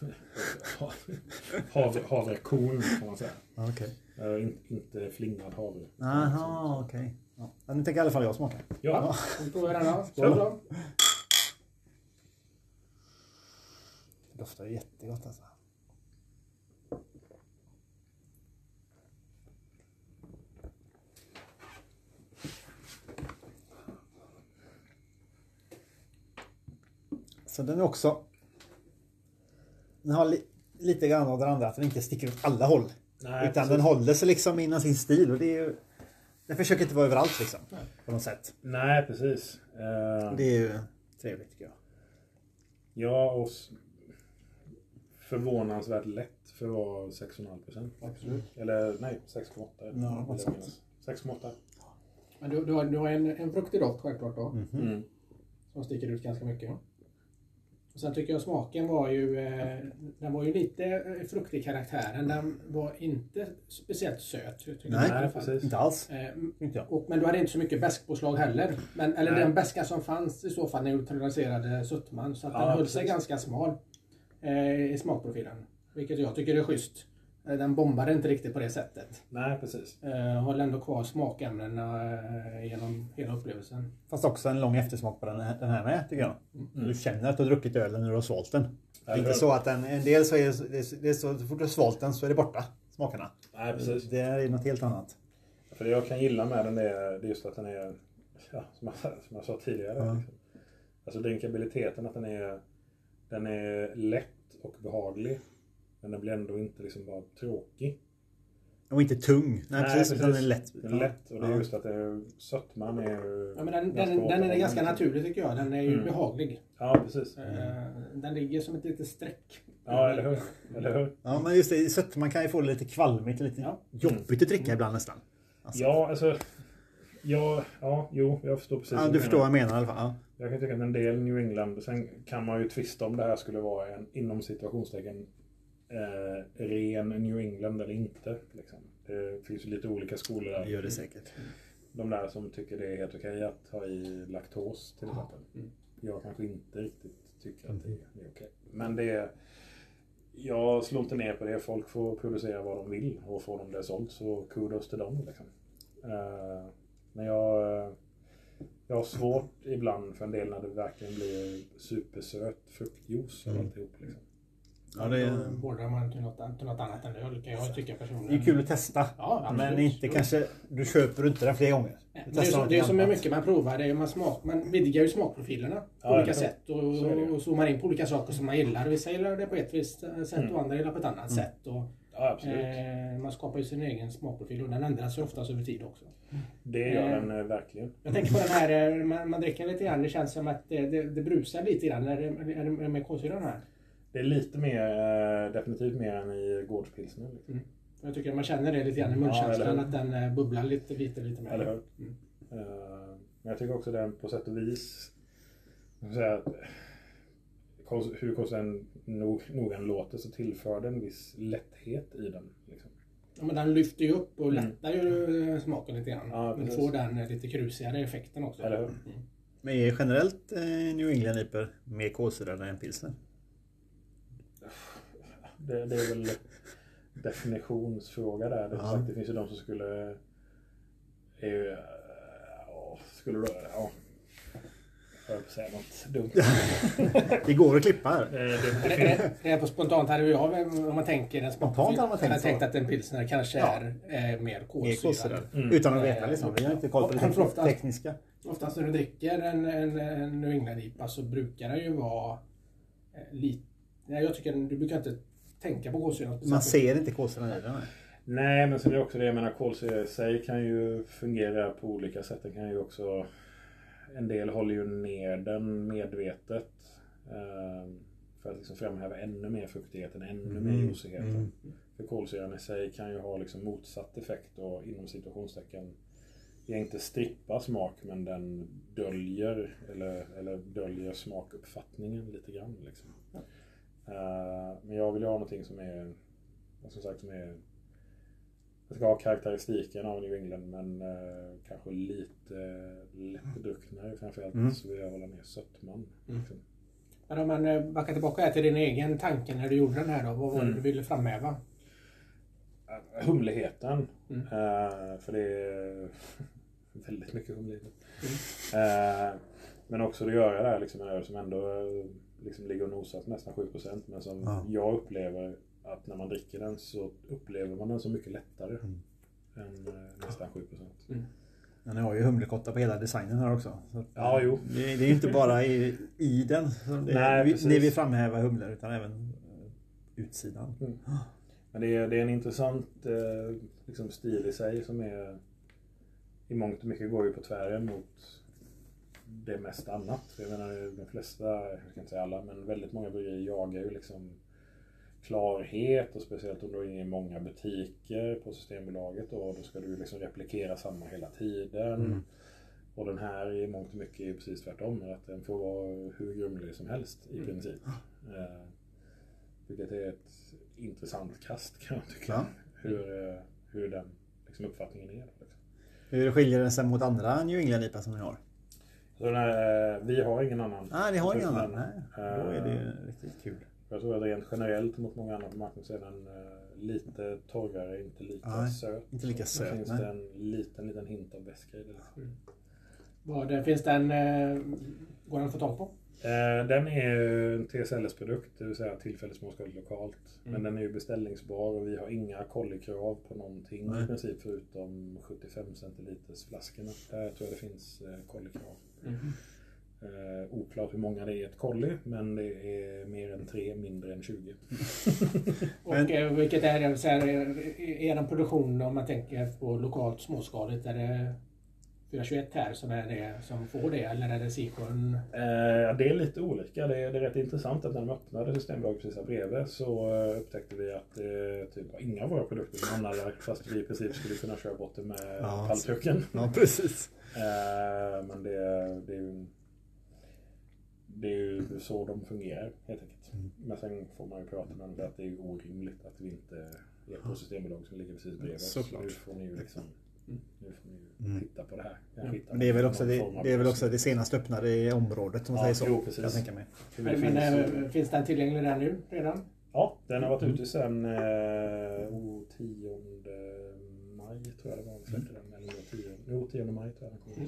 havre, havrekorn kan man säga. Okej. Okay. Eh, in, inte flingad havre. Aha, okej. Okay. Ja. Nu tänker i alla fall jag smaka. Ja. Vi provar den här. Så. Det doftar jättegott alltså. Så den är också, den har li, lite grann av den andra, att den inte sticker åt alla håll. Nej, utan precis. Den håller sig liksom inom sin stil, och det är ju, den försöker inte vara överallt liksom. Nej. På något sätt. Nej, precis. Uh... Det är ju trevligt tycker jag. Ja, och förvånansvärt lätt för att vara sex komma fem procent. Absolut. Eller nej, sex komma åtta. Ja, sex komma åtta. Men du, du har, du har en, en fruktig doft självklart då. Mm-hmm. Mm. Som sticker ut ganska mycket. Och sen tycker jag smaken var ju, eh, den var ju lite eh, fruktig i karaktären. Den var inte speciellt söt. Nej, nej precis. Inte alls. Eh, inte och, men du hade inte så mycket bäskpåslag heller. Men, eller nej. Den bäska som fanns i så fall neutraliserade sötman. Så att ja, den höll precis. sig ganska smal eh, i smakprofilen. Vilket jag tycker är schysst. Den bombar inte riktigt på det sättet. Nej, precis. Uh, håller ändå kvar smakämnena uh, genom hela upplevelsen. Fast också en lång eftersmak på den här, den här med, tycker jag. Mm. Du känner att du har druckit ölen när du har svalt den. Det är inte så att en, en del så är det, det är så, så fort du har svalt den så är det borta, smakerna. Nej, precis. Det är något helt annat. För det jag kan gilla med den är, det är just att den är, ja, som, jag, som jag sa tidigare. Mm. Liksom. Alltså drinkabiliteten, att den är, den är lätt och behaglig. Men den blir ändå inte liksom bara tråkig. Och inte tung. Nej, Nej precis. precis. Den är lätt. Den är lätt. Och det är just att det är, sötman är ja, men den, den, den är ganska naturlig tycker jag. Den är ju mm. behaglig. Ja, precis. Mm. Den ligger som ett litet streck. Ja, eller hur? Eller hur? Ja, men just det. Sötman kan ju få det lite kvalmigt och lite ja. jobbigt att dricka ibland nästan. Alltså. Ja, alltså... Ja, ja, jo, jag förstår precis. Ja, du förstår vad jag menar i alla fall. Ja. Jag kan tycka att en del New England, sen kan man ju tvista om det här skulle vara en, inom situationstecken, eh, ren New England eller inte. Liksom. Det finns ju lite olika skolor där. Det gör det säkert. De där som tycker det är helt okej att ha i laktos till exempel. Mm. Jag kanske inte riktigt tycker att det är, det är okej. Men det är... Jag slår inte ner på det. Folk får producera vad de vill och får de det sålt så kudos till dem. Liksom. Uh, men jag, jag har svårt ibland för en del när det verkligen blir supersöt fruktjuice och mm. alltihop. Liksom. Ja, det är... Bordar man till något, till något annat än öl kan jag tycka personligen. Det är kul att testa. Ja, men inte kanske, du köper inte den flera gånger. Nej, det är, så, det är som är mycket man provar. Det är man, smak, man vidgar ju smakprofilerna på ja, olika sätt. Och, och, och zoomar in på olika saker som man gillar. Vissa gillar det på ett visst sätt mm. och andra gillar på ett annat mm. sätt. Och, ja, absolut. Eh, man skapar ju sin egen smakprofil och den ändras ju oftast över tid också. Det gör eh, den eh, verkligen. Jag tänker på den här, man, man dricker lite grann. Det känns som att det, det, det brusar lite grann. Är det, är det med kolsyran här? Det är lite mer, definitivt mer än i gårdspilsner. Liksom. Mm. Jag tycker att man känner det lite grann i munkänslan, ja, att den bubblar lite, lite, lite mer. Eller hur? Mm. Uh, men jag tycker också den på sätt och vis, jag säga, hur konstigt nog, nog än låter så tillför den en viss lätthet i den. Liksom. Ja, men den lyfter ju upp och lättar mm. ju smaken lite grann. Ja, men får den lite krusigare effekten också. Eller hur? Mm. Men är generellt eh, New England I P A mer kolsyrad än pilsner? Det, det är väl definitionsfråga där. Det, ja. sagt, det finns ju de som skulle är, ja, skulle då, ja, jag får säga något dumt. Det går att klippa här. Det, det, det, det, det är på spontant här jag, om man tänker en spontant har man tänkt, tänkt att en pilsner kanske ja. är eh, mer kolsyrad. Mm. Utan att veta liksom. Vi har inte koll på det oftast, tekniska. Oftast när du dricker en, en, en New England I P A så brukar det ju vara eh, lite, jag tycker du brukar inte tänka på kolsyran. Man ser inte kolsyran i den. Nej, men så det är också det. Jag menar, kolsyra i sig kan ju fungera på olika sätt. Den kan ju också... En del håller ju ner den medvetet. Eh, för att liksom framhäva ännu mer fruktigheten, ännu mm. mer juicigheten. Mm. För kolsyran i sig kan ju ha liksom motsatt effekt och inom situationstecken ger inte strippa smak, men den döljer eller, eller döljer smakuppfattningen lite grann liksom. Ja. Uh, men jag vill ju ha någonting som är, som sagt, som är, jag ska ha karaktäristiken av New England, men uh, kanske lite uh, lättdrucknare framförallt, mm. så vill jag hålla ner sötman. Mm. Liksom. Men om man backar tillbaka här till din egen tanke när du gjorde den här då, vad var det mm. du ville framhäva? Uh, humligheten, mm. uh, för det är väldigt mycket humlighet. Mm. Uh, men också att göra det här liksom en öl som ändå liksom ligger och nosar nästan sju procent, men som ja. jag upplever att när man dricker den så upplever man den så mycket lättare mm. än eh, nästan sju procent. Mm. Den har ju humlekotta på hela designen här också. Så ja, jo. Det, det är ju inte bara i, i den som det, Nej, vi, ni vill framhäva humlor, utan även utsidan. Mm. Men det är, det är en intressant eh, liksom stil i sig som är i mångt och mycket går ju på tvären mot det mest annat. Jag menar, de flesta, jag ska inte säga alla, men väldigt många bryggerier jagar ju liksom klarhet, och speciellt om du är inne i många butiker på Systembolaget, och då ska du liksom replikera samma hela tiden. Mm. Och den här i mångt och mycket är precis tvärtom, att den får vara hur grumlig som helst i princip. Mm. Eh, vilket är ett intressant kast, kan jag tycka. Ja. Hur, eh, hur den liksom uppfattningen är. Liksom. Hur skiljer den sig mot andra New England I P A som ni har? Så när, vi har ingen annan. Nej, ah, ni har ingen annan. Nej, då är det riktigt kul. Jag tror att rent generellt mot många andra på marknaden så är den uh, lite torrare, inte lika nej, söt. Inte lika söt. Så finns nej. det en liten, liten hint av beska i det. Liksom. Mm. Vad, finns den, uh, går den att få tag på? Uh, den är ju en T S L S-produkt, det vill säga tillfälligt småskaligt lokalt. Mm. Men den är ju beställningsbar och vi har inga kollikrav på någonting nej. I princip förutom sjuttiofem centiliters flaskorna. Där tror jag det finns uh, kollikrav. Mm. Uh, oklart hur många det är ett kolli, men det är mer än tre, mindre än tjugo. Och men, vilket är, så här, är en produktion om man tänker på lokalt småskaligt, är det fyrahundratjugoett här som är det som får det, eller är det Sisjön? Uh, det är lite olika, det är, det är rätt intressant att när de öppnade Systembolaget precis här bredvid så uh, upptäckte vi att det uh, typ var inga av våra produkter som hamnade, fast vi i princip skulle kunna köra bort det med ja, palltrucken. Ja, precis. uh, men det, det är ju Det är ju så de fungerar helt enkelt. Mm. Men sen får man ju prata med det att det är orimligt att vi inte är på Systembolaget som ligger precis bredvid oss. Nu får ni ju liksom nu får ni ju mm. titta på det här. Mm. Men det är väl också det, det är väl också det senaste öppnade i området som man ja, säger så. Jo, precis. Jag tänker mig. Men, men finns, finns den tillgänglig där nu redan? Ja, den har varit mm. ute sedan eh, oh, tionde maj tror jag det var. Vi släppte mm. den. Eller tionde, jo, tionde maj tror jag den kom ut.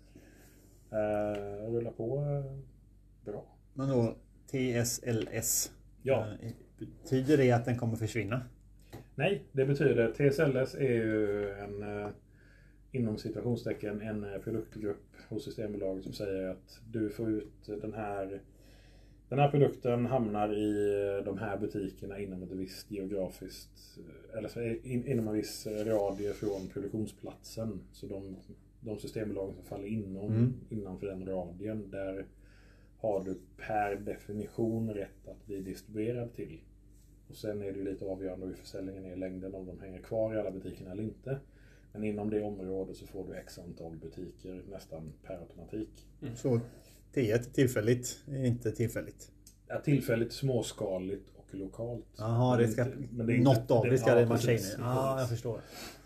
Mm. Eh, rullar på eh, bra. Men då T S L S. Ja. Betyder det att den kommer försvinna? Nej, det betyder T S L S är ju en eh, inom situationstecken en produktgrupp hos Systembolaget som säger att du får ut den här den här produkten hamnar i de här butikerna inom ett visst geografiskt eller så, in, inom en viss radie från produktionsplatsen. Så de, de Systembolagen som faller inom mm. innanför den radien, där har du per definition rätt att bli distribuerad till. Och sen är det ju lite avgörande hur försäljningen är i längden, om de hänger kvar i alla butikerna eller inte. Men inom det området så får du x antal butiker nästan per automatik. Mm. Så T ett tillfälligt är inte tillfälligt? Ja, tillfälligt, småskaligt och lokalt. Jaha, det ska, men det är något av det ska det man känner. Ja, jag förstår.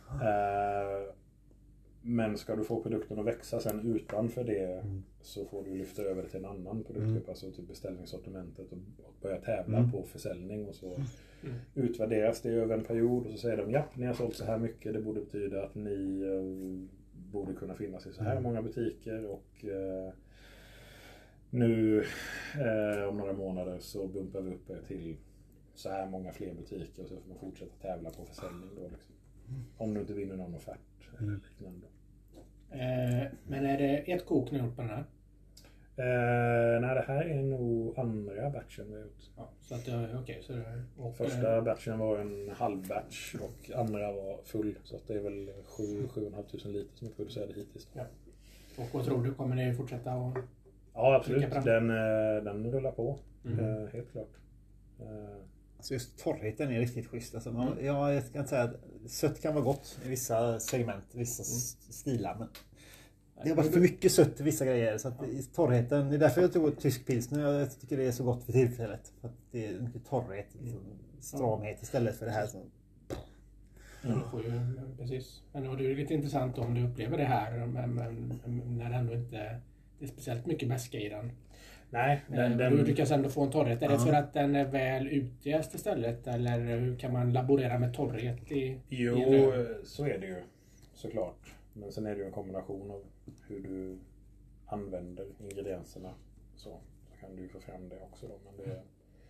Uh, men ska du få produkten att växa sen utanför det mm. så får du lyfta över det till en annan produktgrupp, mm. alltså till beställningssortimentet och börja tävla mm. på försäljning och så mm. utvärderas det över en period och så säger de ja, ni har sålt så här mycket, det borde betyda att ni uh, borde kunna finnas i så här mm. många butiker och uh, nu uh, om några månader så bumpar vi upp er till så här många fler butiker och så får man fortsätta tävla på försäljning då liksom. Om du inte vinner någon offert eller liknande. Eh, men är det ett kok ni har gjort på den här? Eh, nej, det här är nog andra batchen vi har gjort. Ja, så att, okej, okay, så det, och, första batchen var en halv batch och andra var full. Så att det är väl sju till sju och ett halvt tusen liter som är producerade hittills. Ja. Och vad tror du, kommer ni fortsätta att... Ja, absolut. Den, den rullar på. Mm. Eh, helt klart. Eh, Alltså just torrheten är riktigt schysst. Alltså man, mm. ja, jag kan säga att sött kan vara gott i vissa segment, vissa mm. stilar. Men det har varit för mycket sött i vissa grejer. Så att ja. torrheten, det är därför jag tog tysk pilsner. Jag tycker det är så gott för tillfället. För att det är mycket torrhet, liksom, stramhet istället för det här. Så. Mm. Ja, ju, precis. Men det är lite intressant om du upplever det här. Men, men, när det ändå inte det är speciellt mycket beska i den. Nej, den, den... Du lyckas ändå få en torrhet. Är det för att den är väl utjäst istället? Eller hur kan man laborera med torrhet i... Jo, i så är det ju. Såklart. Men sen är det ju en kombination av hur du använder ingredienserna. Så, så kan du få fram det också då. Men det,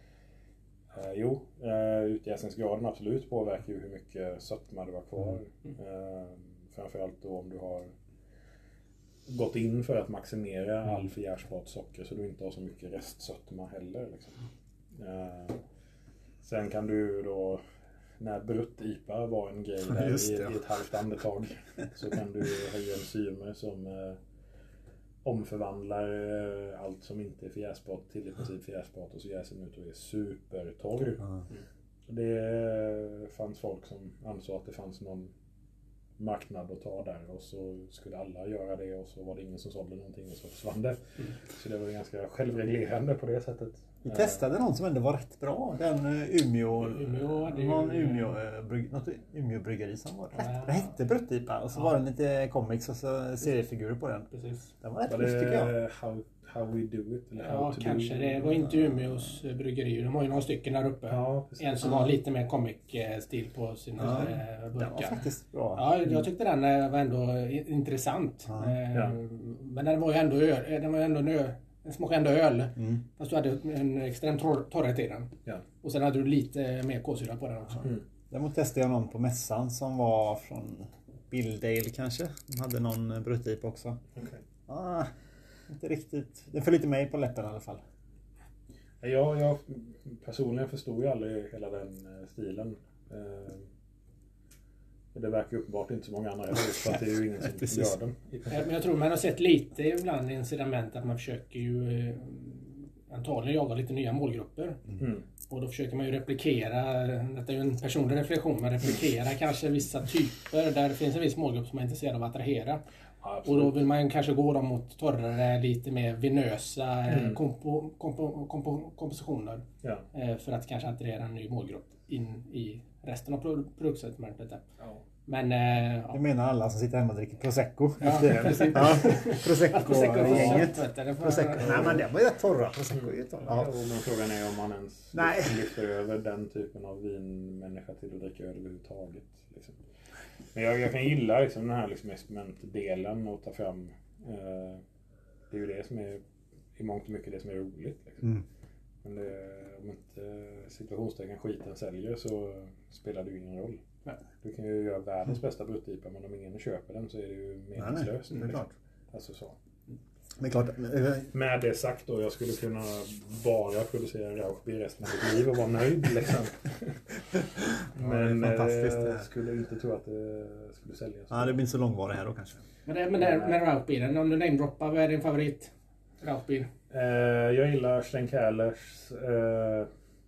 eh, jo, eh, utjäsningsgraden absolut påverkar ju hur mycket sötma du har kvar. Mm. Eh, framförallt då om du har gått in för att maximera mm. all förgärsbart socker så du inte har så mycket restsötma heller. Liksom. Uh, sen kan du då, när brutt I P A var en grej där Just, i, ja. i ett halvt andetag, så kan du ha enzymer som uh, omförvandlar uh, allt som inte är förgärsbart till i princip förgärsbart och så jäser den ut och är supertorr. Mm. Det fanns folk som ansåg att det fanns någon marknad att ta där och så skulle alla göra det och så var det ingen som sålde någonting och så försvann det. Mm. Så det var ganska självreglerande på det sättet. Vi testade någon som ändå var rätt bra. Den Umeå, Umeå någon Umeå, brygg, något Umeå bryggeri som var rätt. Ja. Det hette Bruttipa och så ja. var det lite comics och så seriefigurer på den. Precis. Den var rätt schysst tycker jag. How We Do It. Eller Ja, how to kanske. do. Det var inte Umeås bryggeri. De har ju några stycken där uppe. Ja, en som har lite mer comic-stil på sina Ja, burkar. den var faktiskt bra. Ja, jag tyckte den var ändå intressant. Ja. Ja. Men den var ju ändå öl. Den var ju ändå en öl. Den smakade ändå öl. Mm. Fast du hade en extremt torr, torrhet i den. Ja. Och sen hade du lite mer kolsyra på den också. Mm. Däremot testade jag någon på mässan som var från Billdale kanske. De hade någon bruttyp också. Okay. Ah, inte riktigt. Den föll lite med på läppen i alla fall. Jag, jag personligen förstod ju aldrig hela den stilen. Eh, och det verkar uppenbart inte så många andra. För att det är ju ingen som gör den. Men jag tror man har sett lite ibland i incitament att man försöker ju antagligen jaga lite nya målgrupper. Mm. Och då försöker man ju replikera, detta är ju en personlig reflektion, men replikera kanske vissa typer där det finns en viss målgrupp som man är intresserad av att attrahera. Ja, och då vill man kanske gå dem mot torrare, lite mer vinösa mm. kompo, kompo, kompo, kompositioner. Ja. För att kanske attrahera en ny målgrupp in i resten av produktsortimentet. Ja. Men, ja. Du menar alla som sitter hemma och dricker Prosecco? Ja, precis. Ja, Prosecco-gänget. Prosecco. Prosecco. Nej, men det var ju rätt torra. Prosecco är ju torra. Ja. Ja, men frågan är om man ens Nej. lyfter över den typen av vinmänniska till att dricka öl överhuvudtaget. Liksom. Men jag, jag kan gilla liksom, den här liksom, experimentdelen och ta fram. Eh, det är ju det som är i mångt och mycket det som är roligt. Liksom. Mm. Men det, om inte situationstecken skiten säljer så spelar det ju ingen roll. Nej. Du kan ju göra världens bästa bruttypa, men om ingen köper den så är det ju meningslöst. Nej, nej, det är klart. Alltså så. Men klart. Med det sagt då, jag skulle kunna bara producera Rauchbier resten av mitt liv och vara nöjd liksom. Men ja, jag skulle inte tro att det skulle säljas. Ja, det blir inte så långvarig här då kanske. Men det men det med Rauchbieren, om du namedroppar, vad är din favorit Rauchbier? Eh, jag gillar Steinkalers eh,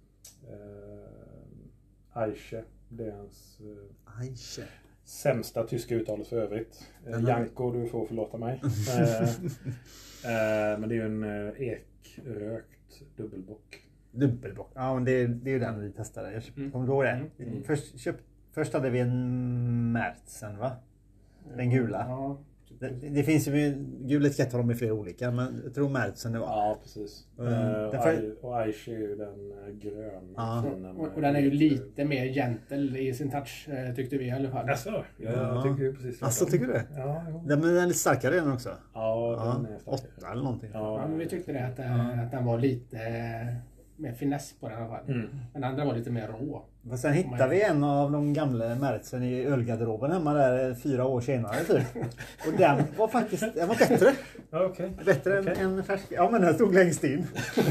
eh, Eiche. Det är hans eh, Eiche. Sämsta tyska uttalet för övrigt. Eh, Janko, du får förlåta mig. eh, eh, men det är ju en eh, ekrökt dubbelbock. Dubbelbock. Ja, men det, det är ju den vi testade. Jag köpte, mm. Kommer du ihåg det? Mm. Först, köpt, först hade vi en Märzen, va? Den gula. Ja. Det, det finns ju gul etikett har de i flera olika, men jag tror Märzen det var. Ja, precis. Mm. Uh, för... Och Aish är ju den gröna. Ja. Och, och den är ju lite mer gentle i sin touch, tyckte vi i alla fall. Alltså, ja, jag tycker ju precis. Alltså, tycker du det? Ja, jo. Den, men den är lite starkare den också. Ja, den är starkare. Åtta eller någonting. Ja, ja, men vi tyckte det att, ja. att den var lite mer finess på den i alla fall. Mm. Den andra var lite mer rå. Och sen hittade vi en av de gamla Märzen i ölgarderoben hemma där fyra år senare typ. Och den var faktiskt den var bättre. Okay. Bättre okay. än färsk. Ja, men den stod längst in.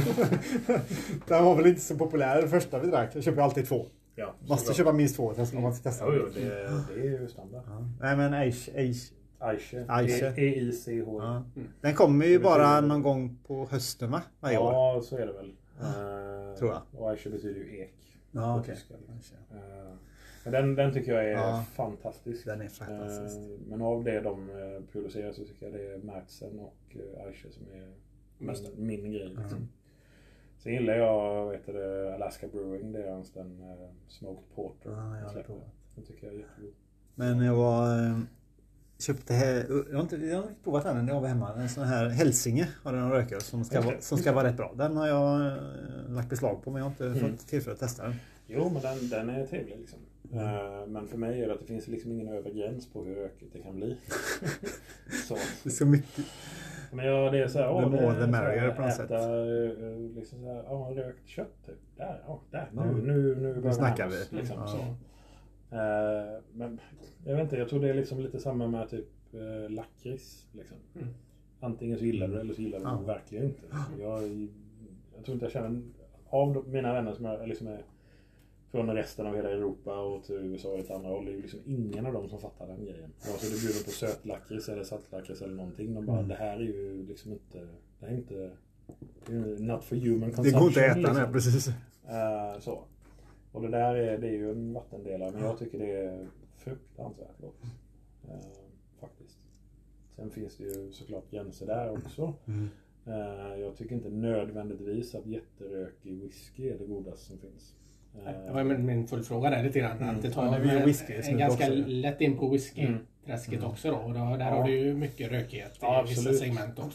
Den var väl inte så populär den första vi drack. Jag köper alltid två. Ja, måste köpa minst två så ska man testa. Jo, jo, det, det är ju standard. Ja. Nej, men Aish, Aish. Eiche. Eiche. E I C H. Ja. Den kommer ju bara någon gång på hösten, va? Varje ja, år. Ja, så är det väl. Uh, Tror jag. Och Eiche betyder ju ek. Ja, okej. Okay. Uh, men den, den tycker jag är ja. fantastisk. Den är fantastisk. Uh, men av det de uh, producerar så tycker jag det är Märzen och uh, Eiche som är mest min, min grej. Liksom. Mm. Sen gillar jag vad heter det, Alaska Brewing, det är hans den uh, Smoked Porter. Ja, jag har provat. Den tycker jag är jättegod. Men jag var... Uh, köpte här, jag har inte, jag har inte provat den, det har vi hemma. En sån här Hälsinge har den rökare som ska, vara, som ska vara rätt bra. Den har jag äh, lagt beslag på men jag har inte mm. fått tillfälle att testa den. Jo, men den, den är trevlig liksom. Mm. Uh, men för mig är det att det finns liksom ingen övre gräns på hur rökigt det kan bli. så. Det är så mycket. Men ja, det är så här, åh, the more the merrier på något sätt. Uh, liksom så här, ja, rökt kött typ. Där, ja, där. Nu, mm. nu, nu, nu snackar vi. Liksom, ja. så. Uh, men jag vet inte, jag tror det är liksom lite samma med typ uh, lakrits liksom. Mm. Antingen så gillar du det eller så gillar du ja. det verkligen inte. Jag, jag tror inte jag känner av mina vänner som är, liksom är från resten av hela Europa och till U S A och till andra håll, det är ju liksom ingen av dem som fattar den grejen. Alltså det bjuder på sötlakrits eller saltlakrits eller någonting. De bara, mm. det här är ju liksom inte, det här är inte, det är not for human consumption. Det går inte att äta, liksom. nej, precis. Uh, så. Och det där är, det är ju en vattendelare, men jag tycker det är fruktansvärt gott. Uh, faktiskt. Sen finns det ju såklart gränser där också. Mm. Uh, jag tycker inte nödvändigtvis att jätterökig whisky är det godaste som finns. Uh, det var min, min fullfråga där lite grann. Mm. Att det tar ja, det whisky, en ganska också. lätt in på whisky-träsket mm. också då. Och då, där ja. har du ju mycket rökighet i ja, vissa segment också.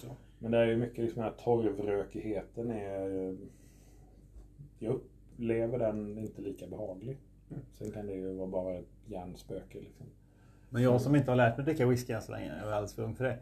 Men det är ju mycket liksom den här torvrökigheten är... Jag upplever den inte lika behaglig. Sen kan det ju vara bara ett hjärnspöke liksom. Men jag som inte har lärt mig dricka whisky än så länge, jag är alldeles för ung för det.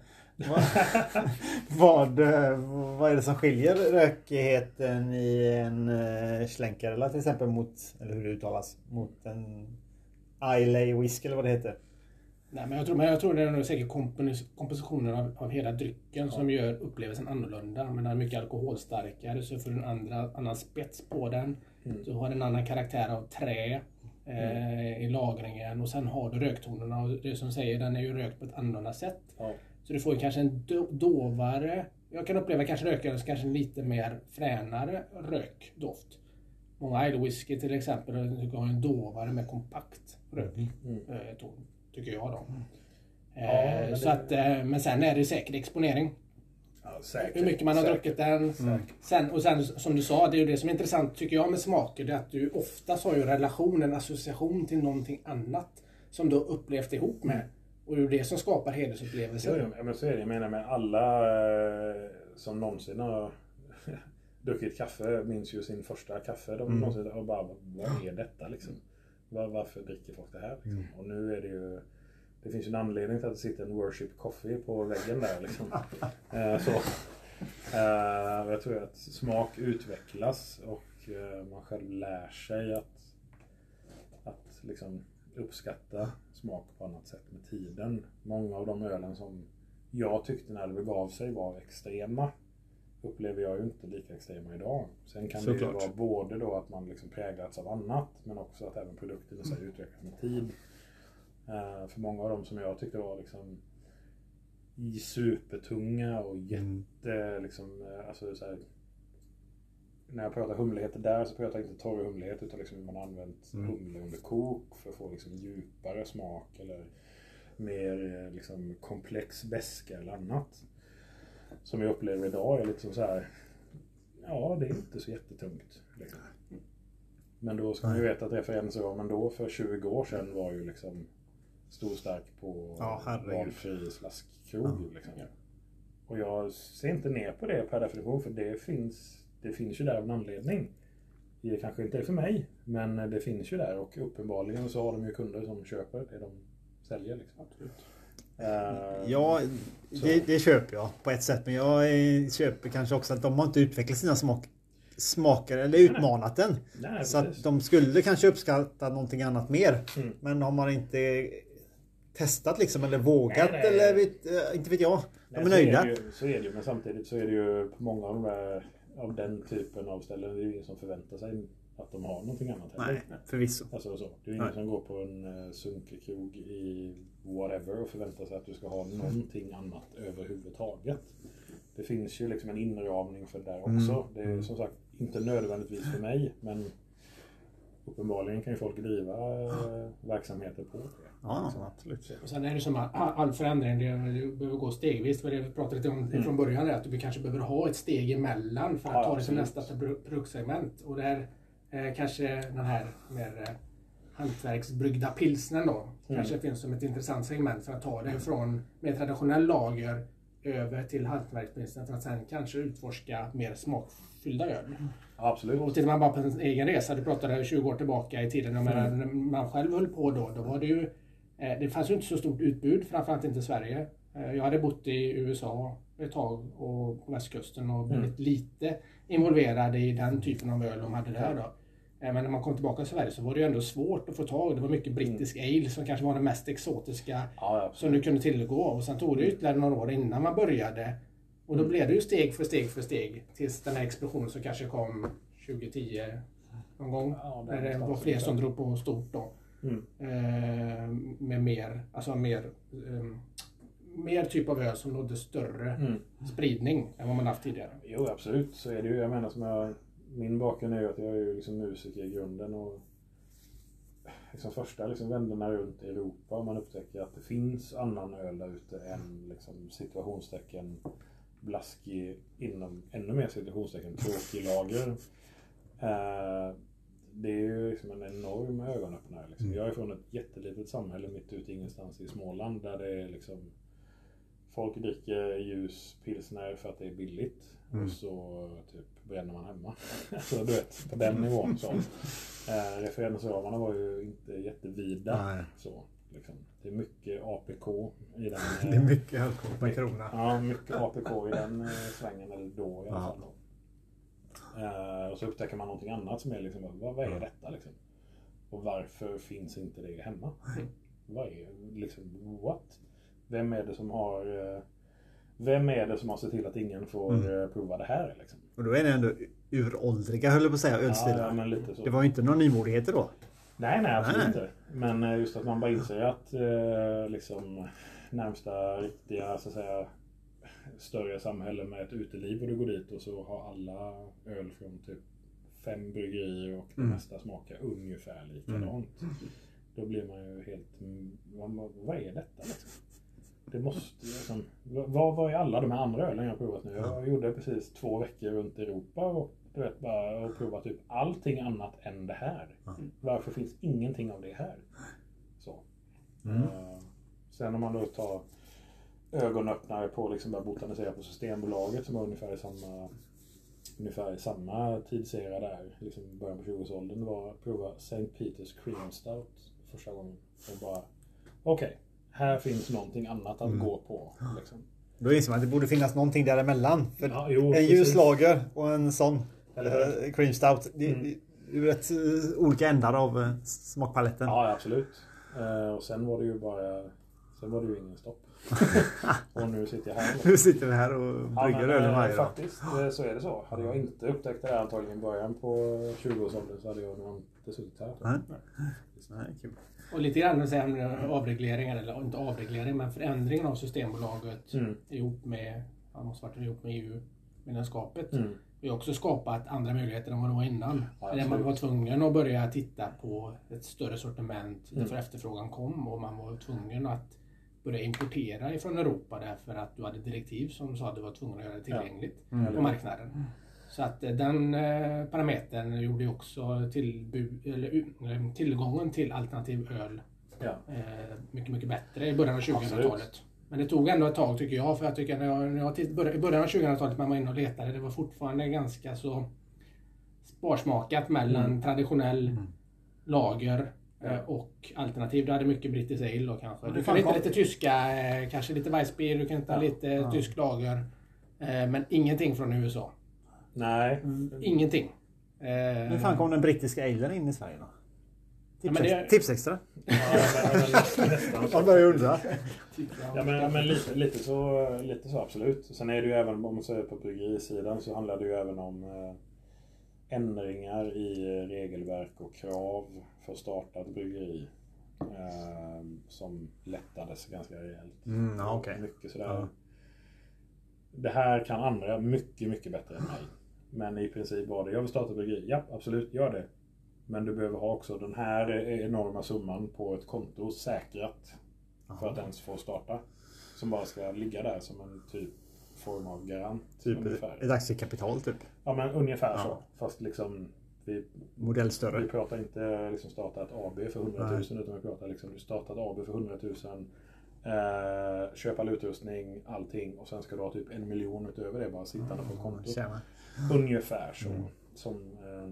vad, vad är det som skiljer rökigheten i en uh, Schlenkerla till exempel mot, eller hur det uttalas, mot en Islay whisky eller vad det heter? Nej, men jag tror, men jag tror det är nog säkert kompositionen av, av hela drycken ja. som gör upplevelsen annorlunda. Men den är mycket alkoholstarkare så får du en andra, annan spets på den. Mm. Du har en annan karaktär av trä eh, mm. i lagringen och sen har du röktonerna och det som säger den är ju rökt på ett annorlunda sätt. Ja. Så du får kanske en do, dovare, jag kan uppleva kanske rökaren som kanske en lite mer fränare rökdoft. Många Islay whisky till exempel har en dovare med kompakt rökton. Mm. Eh, tycker jag då. Mm. Eh, ja, så det... att, eh, men sen är det säkert exponering. Ja, säkert, hur mycket man har säkert. druckit den. Mm. Sen, och sen som du sa, det är ju det som är intressant tycker jag med smaker. Det är att du oftast har ju relation, en association till någonting annat som du har upplevt ihop med. Och det är det som skapar helhetsupplevelser. Ja, men så är det. Jag menar med alla eh, som någonsin har druckit kaffe minns ju sin första kaffe. De mm. någonsin och bara, vad är detta liksom? Var, varför dricker folk det här liksom? Mm. Och nu är det ju, det finns ju en anledning till att det sitter en worship coffee på väggen där liksom. uh, så uh, jag tror att smak utvecklas och uh, man själv lär sig att att liksom uppskatta smak på annat sätt med tiden. Många av de ölen som jag tyckte när det begav sig var extrema upplever jag ju inte lika extrema idag. Sen kan så det ju vara både då att man liksom präglats av annat men också att även produkten i sig mm. utvecklas med tid. Uh, för många av dem som jag tyckte var liksom i supertunga och jätte mm. liksom, alltså så här, när jag pratar humligheter där så pratar jag inte torr humlighet utan liksom man har använt mm. humle under kok för att få liksom djupare smak eller mer liksom komplex beska eller annat. Som jag upplever idag är lite som så här, ja det är inte så jättetungt liksom. Men då ska man ju veta att referensramen då för tjugo år sedan var ju liksom stor stark på ja, valfri slaskkrog ja. liksom. Och jag ser inte ner på det per definition för det finns, det finns ju där av en anledning. Det kanske inte är för mig men det finns ju där och uppenbarligen så har de ju kunder som köper det de säljer liksom. Absolut. Uh, ja, det, det köper jag på ett sätt men jag köper kanske också att de har inte utvecklat sina smak, smaker eller utmanat den. Nej, så att de skulle kanske uppskatta någonting annat mer. Mm. Men har man inte testat liksom eller vågat nej, nej. eller vet, inte vet jag. De är nöjda. Så är, det ju, så är det ju, men samtidigt så är det ju på många av de där, av den typen av ställen det är ju ingen som förväntar sig att de har någonting annat heller. Nej, förvisso. Alltså så. Det är ju ingen som går på en uh, sunkerkrog i whatever och förväntar sig att du ska ha någonting annat överhuvudtaget. Det finns ju liksom en inramning för det där också. Mm. Det är som sagt inte nödvändigtvis för mig men uppenbarligen kan ju folk driva uh, verksamheter på det. Ja, liksom. Absolut. Och sen är det som att all förändring det behöver gå stegvis. För det vi pratade lite om mm. från början är att du kanske behöver ha ett steg emellan för att ja, ta det som nästa produktsegment. Och det är eh, kanske den här mer eh, hantverksbryggda pilsnen då. Mm. Kanske finns som ett intressant segment för att ta det från mer traditionell lager över till hantverkspilsnen för att sen kanske utforska mer smakfyllda öl. Mm. Absolut. Och tittar man bara på en egen resa, du pratade tjugo år tillbaka i tiden, mm. när man själv höll på då, då var det ju, eh, det fanns ju inte så stort utbud, framförallt inte i Sverige. Eh, jag hade bott i U S A ett tag och på västkusten och blivit mm. lite involverad i den typen av öl de hade där då. Eh, men när man kom tillbaka till Sverige så var det ju ändå svårt att få tag. Det var mycket brittisk mm. ale som kanske var den mest exotiska ja, som du kunde tillgå. Och sen tog det ytterligare några år innan man började. Och då blev det ju steg för steg för steg tills den här explosionen som kanske kom tjugo tio någon gång. Ja, när det var fler som drog på stort då. Mm. Eh, med mer, alltså mer, eh, mer typ av öl som nådde större mm. spridning än vad man haft tidigare. Jo, absolut. Så är det ju. Jag menar som jag, min bakgrund är ju att jag är ju liksom musiker i grunden och liksom första liksom vänderna runt i Europa och man upptäcker att det finns annan öl där ute än liksom situationstecken blaskig inom ännu mer situationstecken tråkig lager. Uh, det är ju liksom en enorm ögonöppnare. Liksom. Jag är från ett jättelitet samhälle mitt ute ingenstans i Småland där det är liksom folk dricker ljus pilsner för att det är billigt. Mm. Och så typ bränner man hemma. Så du vet, på den nivån. Så. Eh, referensramarna var ju inte jättevida. Nej. Så, liksom. Det är mycket A P K i den. Det är mycket alkohol per krona. Ja, mycket A P K i den eh, svängen, eller då i alla fall. Då. Eh, och så upptäcker man någonting annat som är liksom, vad, vad är detta liksom? Och varför finns inte det hemma? Mm. Vad är liksom, what? Vem är det som har... Eh, Vem är det som har sett till att ingen får mm. prova det här? Liksom? Och då är det ändå uråldriga, höll jag på att säga, ölstilar. Ja, men lite så. Det var ju inte någon nymodigheter då. Nej, nej, absolut nej. inte. Men just att man bara inser att eh, liksom, närmsta riktiga, så att säga, större samhälle med ett uteliv och du går dit och så har alla öl från typ fem bryggerier och det mm. mesta smakar ungefär likadant. Mm. Då blir man ju helt... Vad, vad är detta liksom? Det måste liksom, vad var i alla de här andra ölen jag har provat nu? Jag gjorde precis två veckor runt Europa och, du vet, bara, och provat typ allting annat än det här. Mm. Varför finns ingenting av det här? Så. Mm. Uh, sen om man då tar ögonöppnare på liksom bara botanisera på Systembolaget som var ungefär i samma, ungefär i samma tidsera där, liksom början på tjugoårsåldern, det var att prova Saint Peter's Cream Stout första gången. Och bara, okej. Okay. Här finns någonting annat att mm. gå på. Liksom. Då inser man att det borde finnas någonting däremellan. För ja, jo, en ljuslager och en sån eller cream stout. Det är mm. ju rätt uh, olika ändar av uh, smakpaletten. Ja, absolut. Uh, och sen var det ju bara... Sen var det ju ingen stopp. Och nu sitter jag här. Nu sitter vi här och brygger ja, öl varje dag. Faktiskt, så är det så. Hade jag inte upptäckt det här antagligen i början på tjugoårsåldern så hade jag nog inte suttit här. Nej. Nej, kul. Och lite grann säga avregleringar, eller inte avreglering, men förändringen av Systembolaget mm. ihop med, ja, måste varit ihop med E U-medlemskapet. Mm. Vi har också skapat andra möjligheter än vad det var innan. Ja, där man var tvungen att börja titta på ett större sortiment mm. därför efterfrågan kom och man var tvungen att börja importera ifrån Europa därför att du hade direktiv som sa att du var tvungen att göra det tillgängligt ja. mm. på marknaden. Mm. Så att den eh, parametern gjorde också tillbu- eller, tillgången till alternativ öl ja. eh, mycket, mycket bättre i början av tjugohundratalet. Absolut. Men det tog ändå ett tag tycker jag, för jag tycker när jag, när jag titt, i början av tjugohundratalet när man var inne och letade, det var fortfarande ganska så sparsmakat mellan mm. traditionell mm. lager eh, och alternativ. Du hade mycket brittisk ale då kanske. Du kan inte lite tyska, eh, kanske lite Weissbier, du kan inte ja. lite ja. tysk lager, eh, men ingenting från U S A. Nej. Mm, ingenting. Hur fan kom den brittiska alen in i Sverige då? Tips, ja, det... tips extra. Ja, men, men, nästan man börjar undra. Ja, men, men lite, lite, så, lite så absolut. Sen är det ju även, om man säger på bryggerisidan, så handlar det ju även om eh, ändringar i regelverk och krav för att starta ett bryggeri. Eh, som lättades ganska rejält. Mm, ja, okay. Mycket sådär. Ja. Det här kan andra mycket, mycket bättre än mig. Men i princip var det, jag vill starta ett bryggeri. Ja, absolut, gör det. Men du behöver ha också den här enorma summan på ett konto säkrat. Aha. För att ens få starta. Som bara ska ligga där som en typ form av garant. Typ ungefär. Ett aktiekapital typ? Ja, men ungefär ja. så. Fast liksom... Vi, modell större. Vi pratar inte liksom starta ett A B för hundratusen utan vi pratar liksom starta ett A B för hundratusen. Eh, köpa all utrustning, allting och sen ska du ha typ en miljon utöver det bara sittande mm, på ett konto. Tjena. Ungefär så. Mm. Som, eh,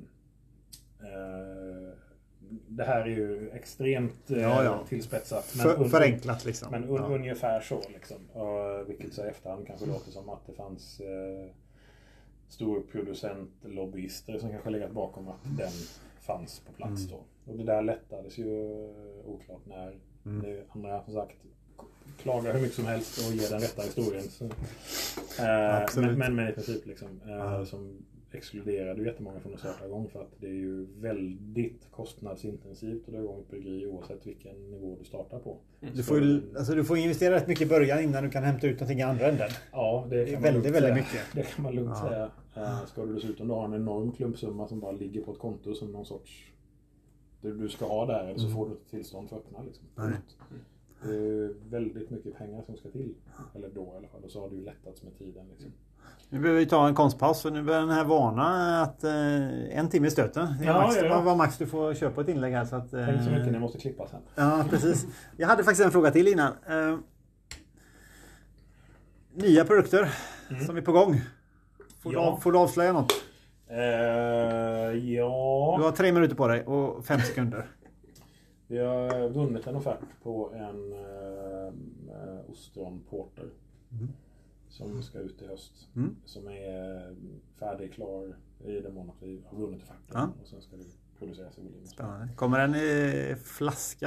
eh, det här är ju extremt eh, ja, ja. tillspetsat. Men För, un- förenklat liksom. Men un- ja. ungefär så liksom. Och, vilket så i efterhand kanske låter som att det fanns eh, storproducent lobbyister som kanske legat bakom att den fanns på plats mm. då. Och det där lättades ju oklart när mm. det andra som sagt klagar hur mycket som helst och ger den rätta historien. Så, eh, men, men, men i princip liksom, eh, ja. som exkluderade jättemånga från att starta igång för att det är ju väldigt kostnadsintensivt att dra igång ett bryggeri oavsett vilken nivå du startar på. Mm. Du, får ju, alltså, du får investera rätt mycket i början innan du kan hämta ut någonting i andra änden. Ja, det, det är kan väldigt, man väldigt säga. mycket. Det kan man lugnt ja. säga. Eh, ska du dessutom ha en enorm klumpsumma som bara ligger på ett konto som någon sorts du, du ska ha där eller så mm. får du ett tillstånd för att öppna liksom. Nej. Det är väldigt mycket pengar som ska till. Eller då i alla fall. Och så har det ju lättats med tiden liksom. Nu behöver vi ta en konstpaus för nu börjar den här varna att eh, en timme i stöten. Det är ja, max, ja, ja. Vad max du får köpa ett inlägg här. Så att, eh, Tänk så mycket ni måste klippa sen. Ja, precis. Jag hade faktiskt en fråga till innan. Eh, nya produkter Mm. som är på gång. Får, Ja. du, av, får du avslöja något? Eh, ja... Du har tre minuter på dig och fem sekunder. Vi har vunnit en offert på en eh, ostron porter. Mm. Som ska ut i höst. Mm. Som är färdig, klar i den mån att vi har vunnit offerten. Ja. Och sen ska det produceras i volym. Spännande. Kommer den i flaska?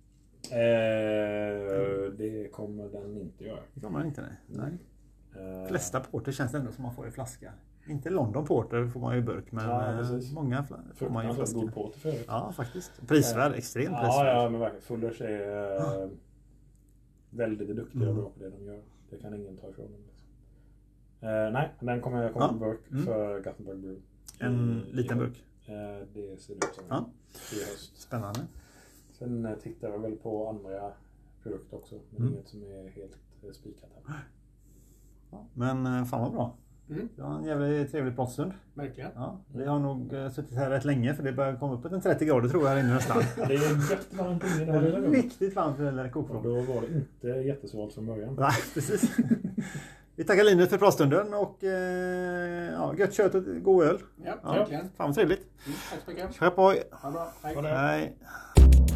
Eh, det kommer den inte göra. Det kommer den inte, nej. nej. Eh, flesta porter känns det ändå som man får i flaska. Inte London Porter får man ju i burk, men Ja, eh, precis. många fla- får man ju i fruktansvärt flaska. god porter för övrigt. Ja, faktiskt. Prisvärd, extremt prisvärd. Ja, ja, men verkligen. Fullers är eh, väldigt duktiga och Mm. bra på det de gör. Det kan ingen ta ifrån dem. Liksom. Eh, nej, den kommer komma Ja. på burk Mm. för Gothenburg Brew. En I- liten i- burk. Eh, det ser ut som Ja. i höst. Spännande. Sen eh, tittar jag väl på andra produkter också. Men Mm. inget som är helt eh, spikat här. Ja, men eh, fan vad bra. Mm. Det var en jävligt trevlig pratstund. Verkligen. Ja, vi har nog eh, suttit här rätt länge, för det börjar komma upp en trettio grader tror jag här inne nästan. Ja, det är gött varmt inne i det här lilla rummet. Riktigt varmt för det där Och kokvrå. då var det inte jättesvalt från början. Nej, precis. Vi tackar Linus för pratstunden och eh, ja, gött kött och god öl. Ja, Ja, verkligen. fan vad trevligt. Mm, tack så mycket. Kör på. Ha det bra. Hej. Ha det. Hej.